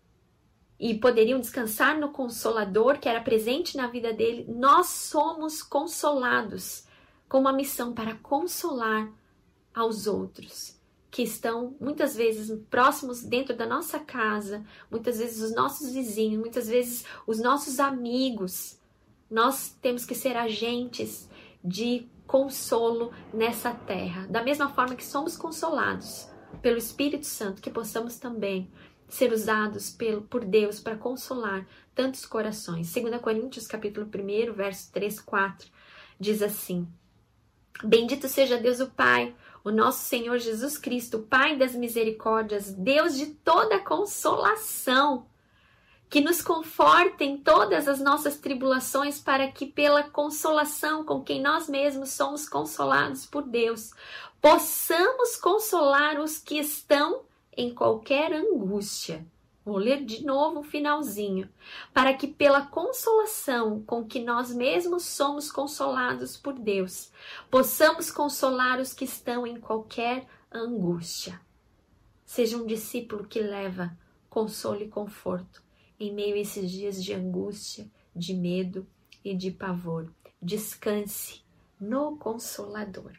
e poderiam descansar no Consolador, que era presente na vida dele. Nós somos consolados com uma missão para consolar aos outros, que estão muitas vezes próximos dentro da nossa casa, muitas vezes os nossos vizinhos, muitas vezes os nossos amigos. Nós temos que ser agentes de consolo nessa terra. Da mesma forma que somos consolados pelo Espírito Santo, que possamos também ser usados pelo, por Deus para consolar tantos corações. Segunda Coríntios, capítulo um, verso três, quatro, diz assim: Bendito seja Deus o Pai, o nosso Senhor Jesus Cristo, Pai das misericórdias, Deus de toda consolação, que nos conforta em todas as nossas tribulações, para que pela consolação com quem nós mesmos somos consolados por Deus, possamos consolar os que estão em qualquer angústia. Vou ler de novo o finalzinho. Para que pela consolação com que nós mesmos somos consolados por Deus, possamos consolar os que estão em qualquer angústia. Seja um discípulo que leva consolo e conforto em meio a esses dias de angústia, de medo e de pavor. Descanse no Consolador.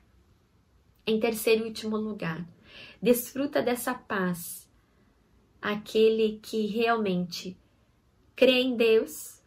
Em terceiro e último lugar, desfruta dessa paz aquele que realmente crê em Deus,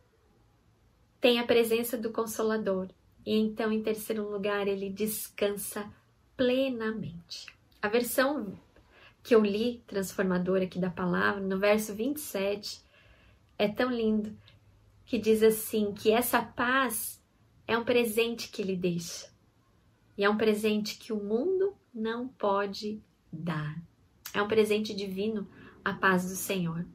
tem a presença do Consolador, e então, em terceiro lugar, ele descansa plenamente. A versão que eu li, transformadora aqui da palavra, no verso vinte e sete, é tão lindo, que diz assim, que essa paz é um presente que ele deixa, e é um presente que o mundo não pode dar. É um presente divino, a paz do Senhor.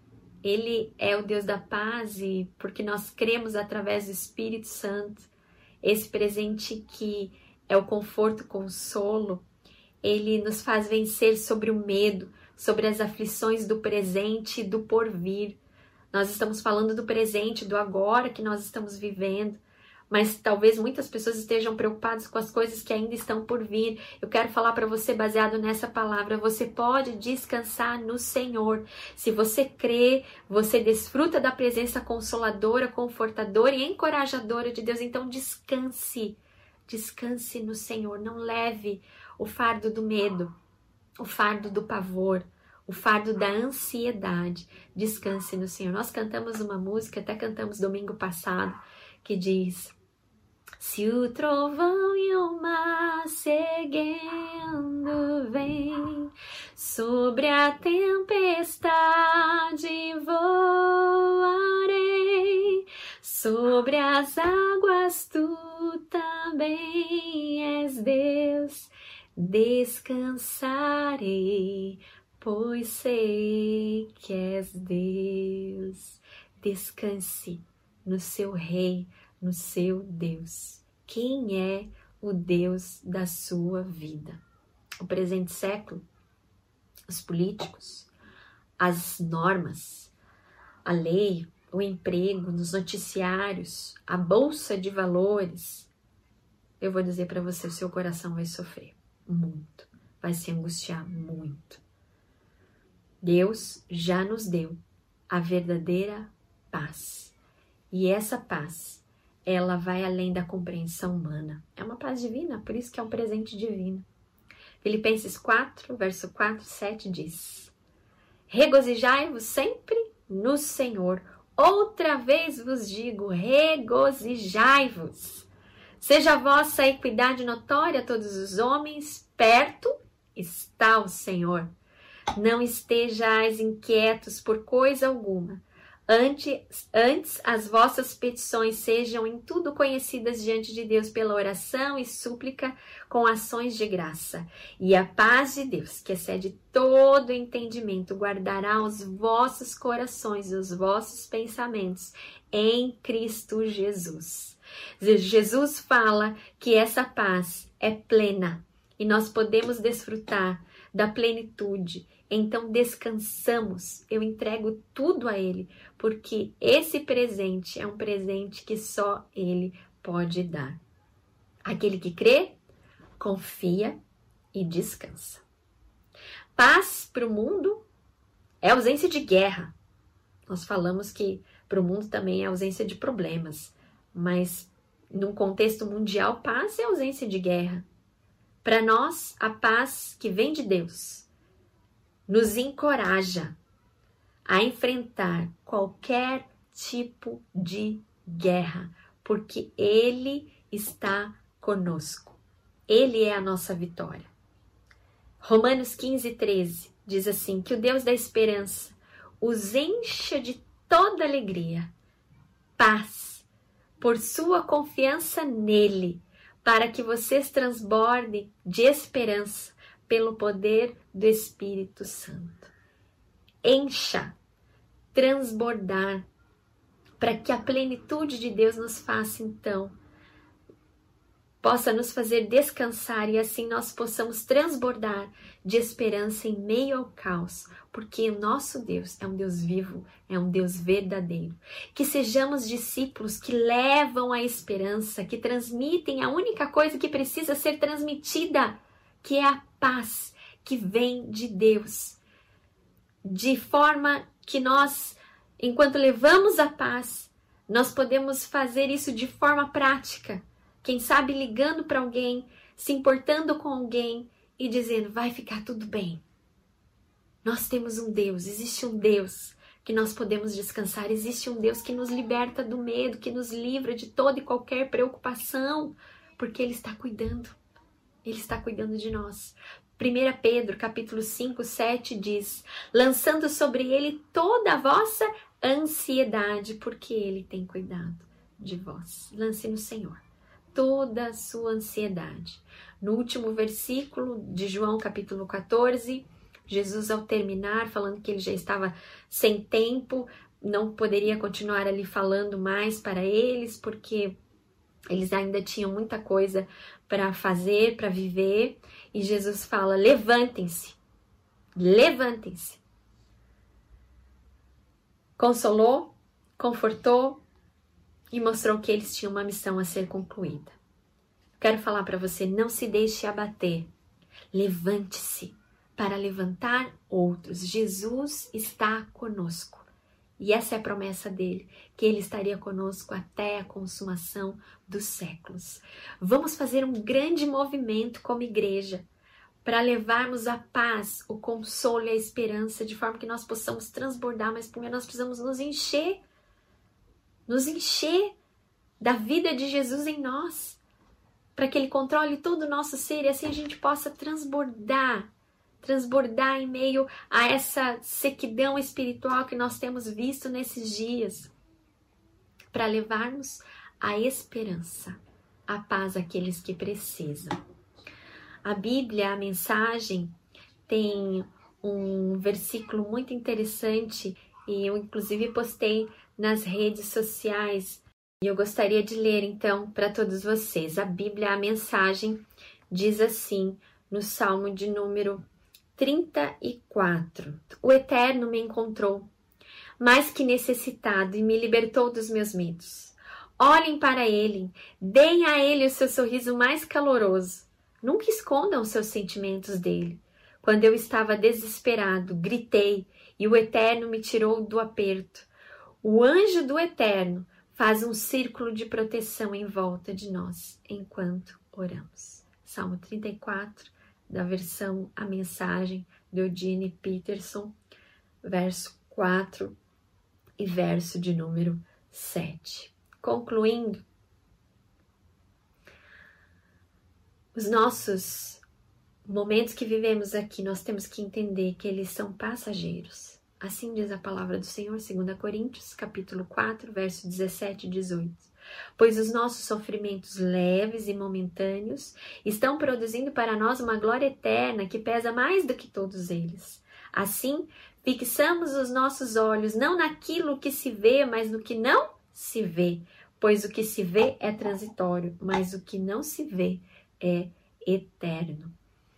Ele é o Deus da paz, e porque nós cremos através do Espírito Santo, esse presente que é o conforto, o consolo, ele nos faz vencer sobre o medo, sobre as aflições do presente e do porvir. Nós estamos falando do presente, do agora que nós estamos vivendo, mas talvez muitas pessoas estejam preocupadas com as coisas que ainda estão por vir. Eu quero falar para você, baseado nessa palavra, você pode descansar no Senhor. Se você crê, você desfruta da presença consoladora, confortadora e encorajadora de Deus. Então descanse, descanse no Senhor. Não leve o fardo do medo, o fardo do pavor, o fardo da ansiedade. Descanse no Senhor. Nós cantamos uma música, até cantamos domingo passado, que diz: se o trovão e o mar seguendo vem, sobre a tempestade voarei, sobre as águas tu também és Deus, descansarei, pois sei que és Deus. Descanse no seu Rei, no seu Deus. Quem é o Deus da sua vida? O presente século, os políticos, as normas, a lei, o emprego, nos noticiários, a bolsa de valores. Eu vou dizer para você, o seu coração vai sofrer muito, vai se angustiar muito. Deus já nos deu a verdadeira paz. E essa paz, ela vai além da compreensão humana. É uma paz divina, por isso que é um presente divino. Filipenses quatro, verso quatro, sete diz: regozijai-vos sempre no Senhor. Outra vez vos digo, regozijai-vos. Seja a vossa equidade notória a todos os homens, perto está o Senhor. Não estejais inquietos por coisa alguma, Antes, antes as vossas petições sejam em tudo conhecidas diante de Deus pela oração e súplica com ações de graça. E a paz de Deus, que excede todo entendimento, guardará os vossos corações e os vossos pensamentos em Cristo Jesus. Jesus fala que essa paz é plena e nós podemos desfrutar da plenitude. Então descansamos, eu entrego tudo a Ele, porque esse presente é um presente que só Ele pode dar. Aquele que crê, confia e descansa. Paz para o mundo é ausência de guerra. Nós falamos que para o mundo também é ausência de problemas, mas num contexto mundial, paz é ausência de guerra. Para nós, a paz que vem de Deus nos encoraja a enfrentar qualquer tipo de guerra, porque Ele está conosco. Ele é a nossa vitória. Romanos quinze, treze diz assim, que o Deus da esperança os encha de toda alegria, paz, por sua confiança nele, para que vocês transbordem de esperança pelo poder do Espírito Santo. Encha, transbordar, para que a plenitude de Deus nos faça, então, possa nos fazer descansar e assim nós possamos transbordar de esperança em meio ao caos, porque o nosso Deus é um Deus vivo, é um Deus verdadeiro. Que sejamos discípulos que levam a esperança, que transmitem a única coisa que precisa ser transmitida, que é a paz que vem de Deus, de forma que nós, enquanto levamos a paz, nós podemos fazer isso de forma prática, quem sabe ligando para alguém, se importando com alguém e dizendo, vai ficar tudo bem. Nós temos um Deus, existe um Deus que nós podemos descansar, existe um Deus que nos liberta do medo, que nos livra de toda e qualquer preocupação, porque Ele está cuidando. Ele está cuidando de nós. primeira Pedro, capítulo cinco, sete diz, lançando sobre Ele toda a vossa ansiedade, porque Ele tem cuidado de vós. Lance no Senhor toda a sua ansiedade. No último versículo de João, capítulo quatorze, Jesus, ao terminar, falando que ele já estava sem tempo, não poderia continuar ali falando mais para eles, porque eles ainda tinham muita coisa para fazer, para viver. E Jesus fala, levantem-se, levantem-se. Consolou, confortou e mostrou que eles tinham uma missão a ser concluída. Quero falar para você, não se deixe abater. Levante-se para levantar outros. Jesus está conosco. E essa é a promessa dele, que ele estaria conosco até a consumação dos séculos. Vamos fazer um grande movimento como igreja para levarmos a paz, o consolo e a esperança de forma que nós possamos transbordar, mas primeiro nós precisamos nos encher, nos encher da vida de Jesus em nós, para que ele controle todo o nosso ser e assim a gente possa transbordar, transbordar em meio a essa sequidão espiritual que nós temos visto nesses dias, para levarmos a esperança, a paz àqueles que precisam. A Bíblia, a mensagem, tem um versículo muito interessante e eu inclusive postei nas redes sociais e eu gostaria de ler então para todos vocês. A Bíblia, a mensagem, diz assim no Salmo de número trinta e quatro. O Eterno me encontrou, mais que necessitado, e me libertou dos meus medos. Olhem para Ele, deem a Ele o seu sorriso mais caloroso. Nunca escondam os seus sentimentos dele. Quando eu estava desesperado, gritei e o Eterno me tirou do aperto. O anjo do Eterno faz um círculo de proteção em volta de nós enquanto oramos. Salmo trinta e quatro, da versão A Mensagem, de Eugene Peterson, verso quatro e verso de número sete. Concluindo, os nossos momentos que vivemos aqui, nós temos que entender que eles são passageiros. Assim diz a palavra do Senhor, segunda Coríntios, capítulo quatro, verso dezessete e dezoito. Pois os nossos sofrimentos leves e momentâneos estão produzindo para nós uma glória eterna que pesa mais do que todos eles. Assim, fixamos os nossos olhos não naquilo que se vê, mas no que não se vê. Pois o que se vê é transitório, mas o que não se vê é eterno.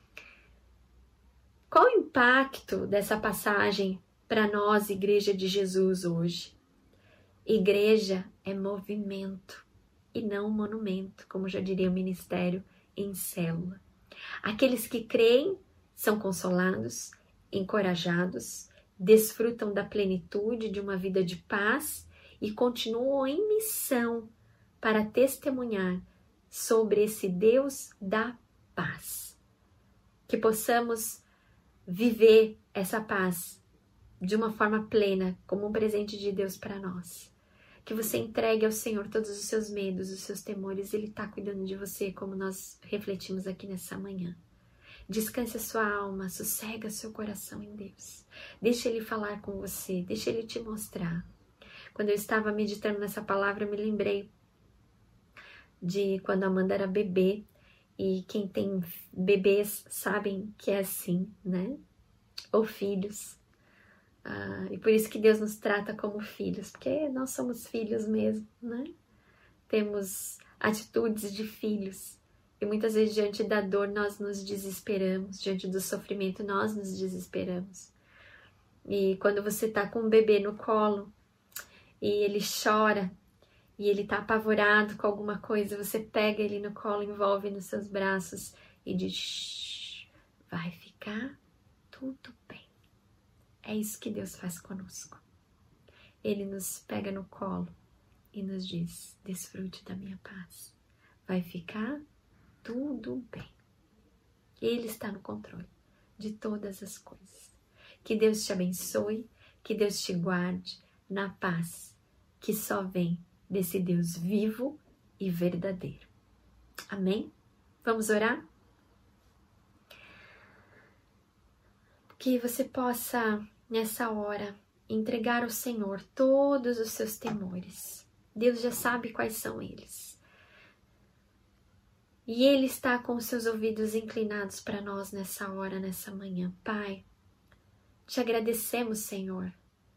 Qual o impacto dessa passagem para nós, Igreja de Jesus, hoje? Igreja é movimento e não monumento, como já diria o ministério em célula. Aqueles que creem são consolados, encorajados, desfrutam da plenitude de uma vida de paz e continuam em missão para testemunhar sobre esse Deus da paz. Que possamos viver essa paz de uma forma plena, como um presente de Deus para nós. Que você entregue ao Senhor todos os seus medos, os seus temores. Ele está cuidando de você, como nós refletimos aqui nessa manhã. Descanse a sua alma, sossega seu coração em Deus. Deixa Ele falar com você, deixa Ele te mostrar. Quando eu estava meditando nessa palavra, eu me lembrei de quando a Amanda era bebê. E quem tem bebês sabem que é assim, né? Ou filhos. Ah, e por isso que Deus nos trata como filhos, porque nós somos filhos mesmo, né? Temos atitudes de filhos. E muitas vezes diante da dor nós nos desesperamos, diante do sofrimento nós nos desesperamos. E quando você tá com um bebê no colo e ele chora, e ele tá apavorado com alguma coisa, você pega ele no colo, envolve nos seus braços e diz: shh, vai ficar tudo bem. É isso que Deus faz conosco. Ele nos pega no colo e nos diz: desfrute da minha paz. Vai ficar tudo bem. Ele está no controle de todas as coisas. Que Deus te abençoe, que Deus te guarde na paz que só vem desse Deus vivo e verdadeiro. Amém? Vamos orar? Que você possa, nessa hora, entregar ao Senhor todos os seus temores. Deus já sabe quais são eles. E Ele está com os seus ouvidos inclinados para nós nessa hora, nessa manhã. Pai, te agradecemos, Senhor,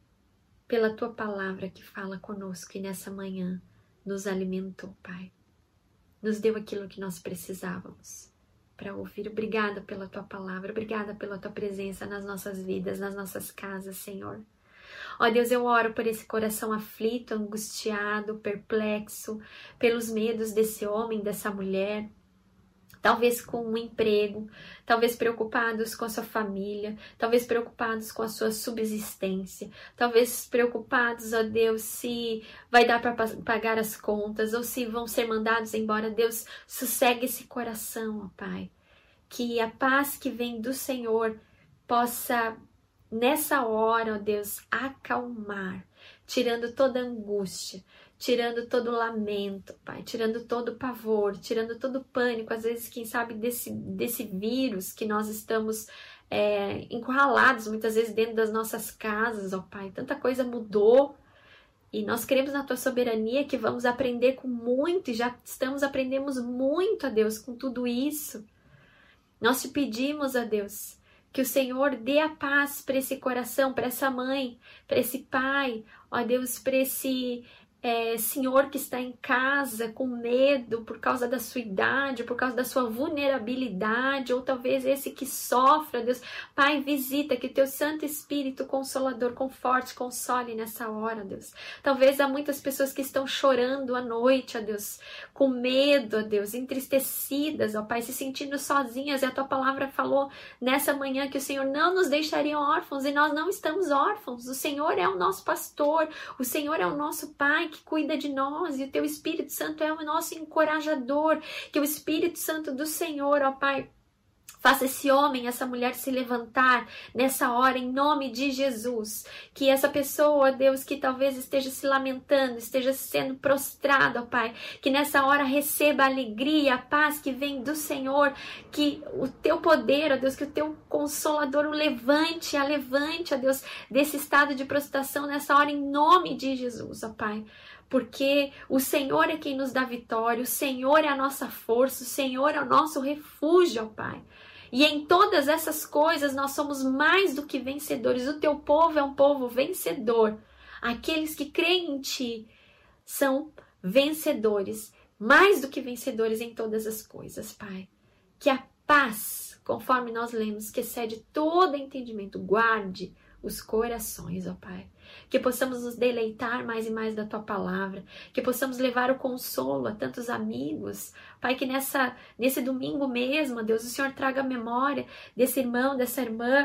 pela Tua palavra que fala conosco e nessa manhã nos alimentou, Pai. Nos deu aquilo que nós precisávamos para ouvir. Obrigada pela Tua palavra, obrigada pela Tua presença nas nossas vidas, nas nossas casas, Senhor. Ó Deus, eu oro por esse coração aflito, angustiado, perplexo, pelos medos desse homem, dessa mulher, talvez com um emprego, talvez preocupados com a sua família, talvez preocupados com a sua subsistência, talvez preocupados, ó Deus, se vai dar para pagar as contas ou se vão ser mandados embora. Deus, sossegue esse coração, ó Pai, que a paz que vem do Senhor possa, nessa hora, ó Deus, acalmar, tirando toda angústia, tirando todo o lamento, Pai, tirando todo o pavor, tirando todo o pânico, às vezes, quem sabe, desse, desse vírus que nós estamos é, encurralados, muitas vezes, dentro das nossas casas, ó Pai. Tanta coisa mudou e nós queremos na Tua soberania que vamos aprender com muito, e já estamos aprendendo muito, ó Deus, com tudo isso. Nós te pedimos, ó Deus, que o Senhor dê a paz para esse coração, para essa mãe, para esse pai, ó Deus, para esse é, senhor que está em casa com medo por causa da sua idade, por causa da sua vulnerabilidade, ou talvez esse que sofre, ó Deus. Pai, visita, que Teu Santo Espírito Consolador, conforte, console nessa hora, ó Deus. Talvez há muitas pessoas que estão chorando à noite, ó Deus, com medo, ó Deus, entristecidas, ó Pai, se sentindo sozinhas, e a Tua palavra falou nessa manhã que o Senhor não nos deixaria órfãos, e nós não estamos órfãos. O Senhor é o nosso pastor, o Senhor é o nosso Pai que cuida de nós, e o Teu Espírito Santo é o nosso encorajador. Que o Espírito Santo do Senhor, ó Pai, Faça esse homem, essa mulher se levantar nessa hora em nome de Jesus. Que essa pessoa, Deus, que talvez esteja se lamentando, esteja sendo prostrada, ó Pai, que nessa hora receba a alegria, a paz que vem do Senhor, que o teu poder, ó Deus, que o teu consolador o levante, a levante, ó Deus, desse estado de prostração nessa hora em nome de Jesus, ó Pai. Porque o Senhor é quem nos dá vitória, o Senhor é a nossa força, o Senhor é o nosso refúgio, ó Pai. E em todas essas coisas nós somos mais do que vencedores. O teu povo é um povo vencedor. Aqueles que creem em ti são vencedores, mais do que vencedores em todas as coisas, Pai. Que a paz, conforme nós lemos, que excede todo entendimento, guarde os corações, ó Pai. Que possamos nos deleitar mais e mais da Tua Palavra, que possamos levar o consolo a tantos amigos. Pai, que nessa, nesse domingo mesmo, ó Deus, o Senhor traga a memória desse irmão, dessa irmã,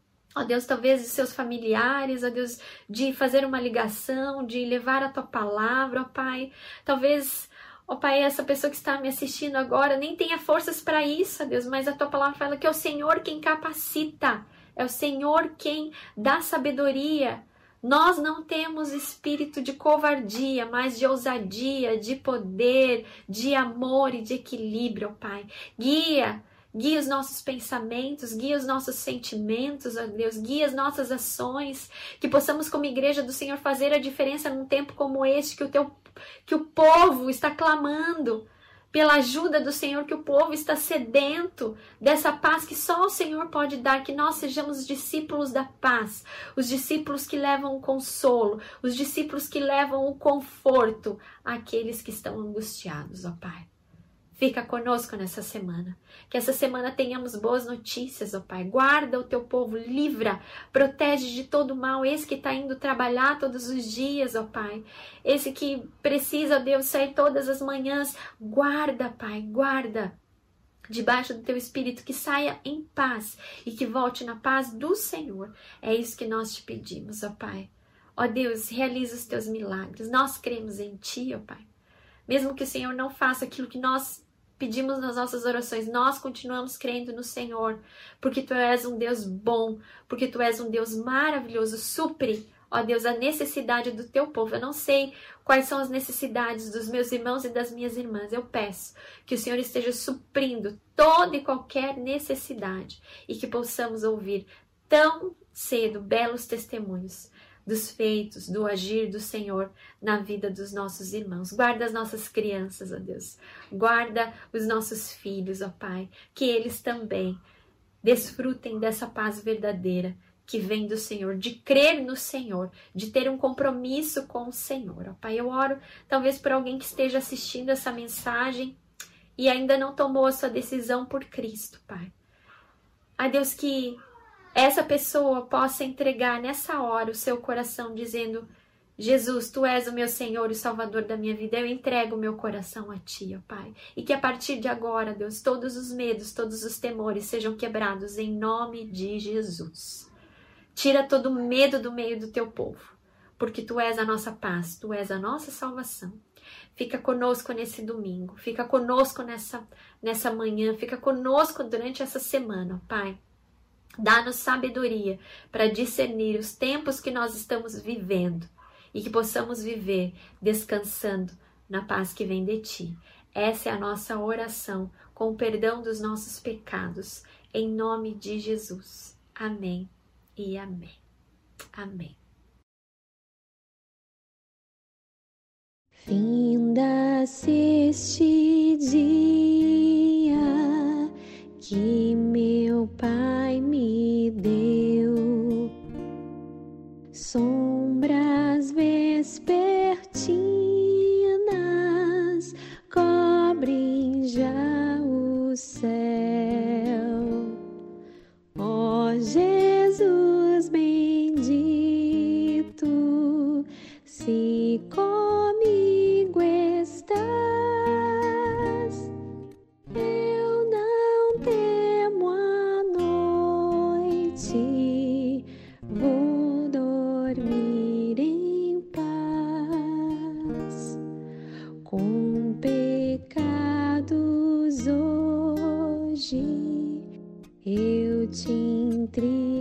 ó Deus, talvez de seus familiares, ó Deus, de fazer uma ligação, de levar a Tua Palavra, ó Pai. Talvez, ó Pai, essa pessoa que está me assistindo agora nem tenha forças para isso, ó Deus, mas a Tua Palavra fala que é o Senhor quem capacita, é o Senhor quem dá sabedoria. Nós não temos espírito de covardia, mas de ousadia, de poder, de amor e de equilíbrio, ó Pai. Guia, guia os nossos pensamentos, guia os nossos sentimentos, ó Deus, guia as nossas ações, que possamos como igreja do Senhor fazer a diferença num tempo como este, que o, teu, que o povo está clamando pela ajuda do Senhor, que o povo está sedento dessa paz que só o Senhor pode dar, que nós sejamos os discípulos da paz, os discípulos que levam o consolo, os discípulos que levam o conforto àqueles que estão angustiados, ó Pai. Fica conosco nessa semana, que essa semana tenhamos boas notícias, ó Pai. Guarda o teu povo, livra, protege de todo mal, esse que está indo trabalhar todos os dias, ó Pai. Esse que precisa, ó Deus, sair todas as manhãs, guarda, Pai, guarda. Debaixo do teu Espírito, que saia em paz e que volte na paz do Senhor. É isso que nós te pedimos, ó Pai. Ó Deus, realiza os teus milagres. Nós cremos em Ti, ó Pai. Mesmo que o Senhor não faça aquilo que nós pedimos nas nossas orações, nós continuamos crendo no Senhor, porque Tu és um Deus bom, porque Tu és um Deus maravilhoso. Supre, ó Deus, a necessidade do Teu povo. Eu não sei quais são as necessidades dos meus irmãos e das minhas irmãs. Eu peço que o Senhor esteja suprindo toda e qualquer necessidade e que possamos ouvir tão cedo belos testemunhos dos feitos, do agir do Senhor na vida dos nossos irmãos. Guarda as nossas crianças, ó Deus. Guarda os nossos filhos, ó Pai. Que eles também desfrutem dessa paz verdadeira que vem do Senhor, de crer no Senhor, de ter um compromisso com o Senhor. Ó Pai, eu oro talvez por alguém que esteja assistindo essa mensagem e ainda não tomou a sua decisão por Cristo, Pai. A Deus, que essa pessoa possa entregar nessa hora o seu coração dizendo: Jesus, Tu és o meu Senhor e o Salvador da minha vida, eu entrego o meu coração a Ti, ó Pai. E que a partir de agora, Deus, todos os medos, todos os temores sejam quebrados em nome de Jesus. Tira todo o medo do meio do Teu povo, porque Tu és a nossa paz, Tu és a nossa salvação. Fica conosco nesse domingo, fica conosco nessa, nessa manhã, fica conosco durante essa semana, ó Pai. Dá-nos sabedoria para discernir os tempos que nós estamos vivendo e que possamos viver descansando na paz que vem de Ti. Essa é a nossa oração, com o perdão dos nossos pecados, em nome de Jesus. Amém e amém. Amém. Finda-se este dia que meu Pai me deu, sombras vespertinas cobrem já o céu. Ó Jesus bendito, se comigo estás, eu não temo a noite, vou dormir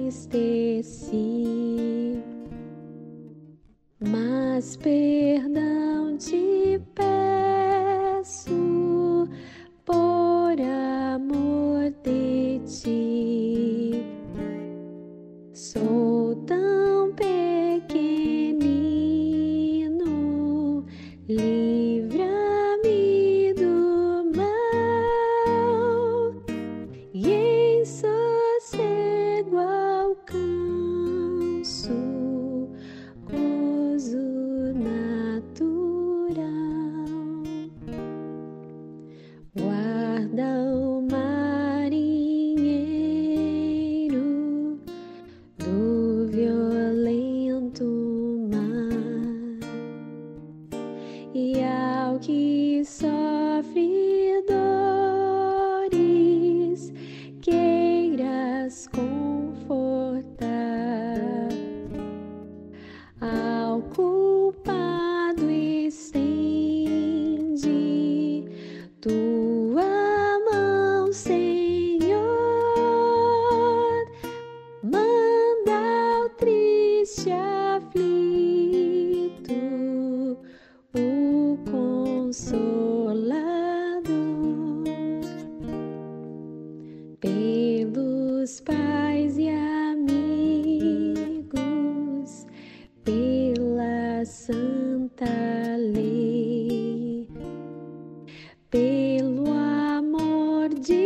entristeci, mas perdão te peço por amor de ti. Sou tão pequenino, livra-me do mal e em sossego alcanço gozo natural. Guarda o marinheiro do violento mar e ao que sofre dores queiras confortar. Ao culpado estende tua mão, Senhor, manda ao triste aflito o Consolador. Pelos pais e amigos, pela santa lei, pelo amor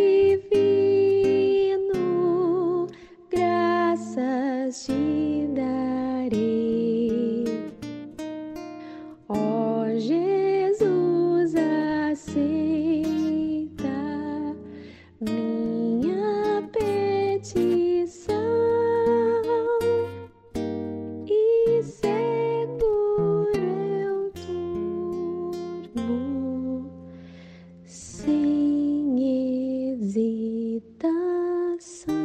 divino, graças te darei. Ó Jesus, aceita minha petição e seguro eu durmo sem hesitação.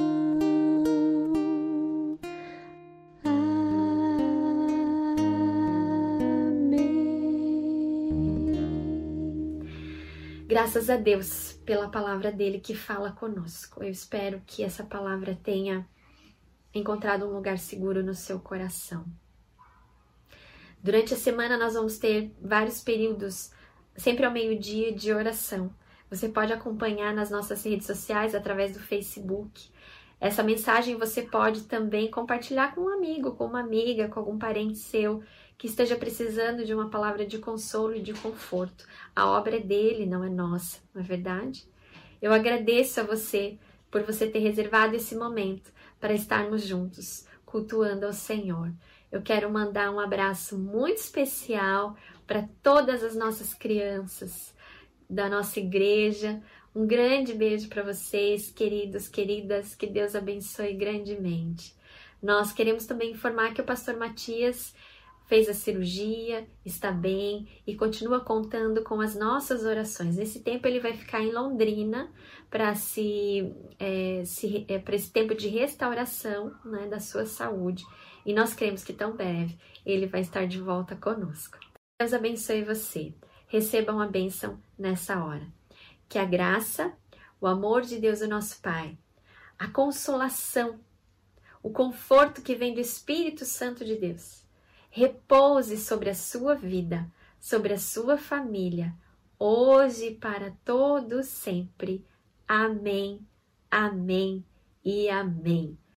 Amém. Graças a Deus pela palavra dele que fala conosco. Eu espero que essa palavra tenha encontrado um lugar seguro no seu coração. Durante a semana nós vamos ter vários períodos, sempre ao meio-dia, de oração. Você pode acompanhar nas nossas redes sociais, através do Facebook. Essa mensagem você pode também compartilhar com um amigo, com uma amiga, com algum parente seu que esteja precisando de uma palavra de consolo e de conforto. A obra é dele, não é nossa, não é verdade? Eu agradeço a você por você ter reservado esse momento para estarmos juntos, cultuando ao Senhor. Eu quero mandar um abraço muito especial para todas as nossas crianças da nossa igreja. Um grande beijo para vocês, queridos, queridas, que Deus abençoe grandemente. Nós queremos também informar que o pastor Matias fez a cirurgia, está bem e continua contando com as nossas orações. Nesse tempo ele vai ficar em Londrina para se, é, se, é, para esse tempo de restauração, né, da sua saúde. E nós cremos que tão breve ele vai estar de volta conosco. Deus abençoe você. Recebam a bênção nessa hora. Que a graça, o amor de Deus, o nosso Pai, a consolação, o conforto que vem do Espírito Santo de Deus, repouse sobre a sua vida, sobre a sua família, hoje e para todo sempre. Amém, amém e amém.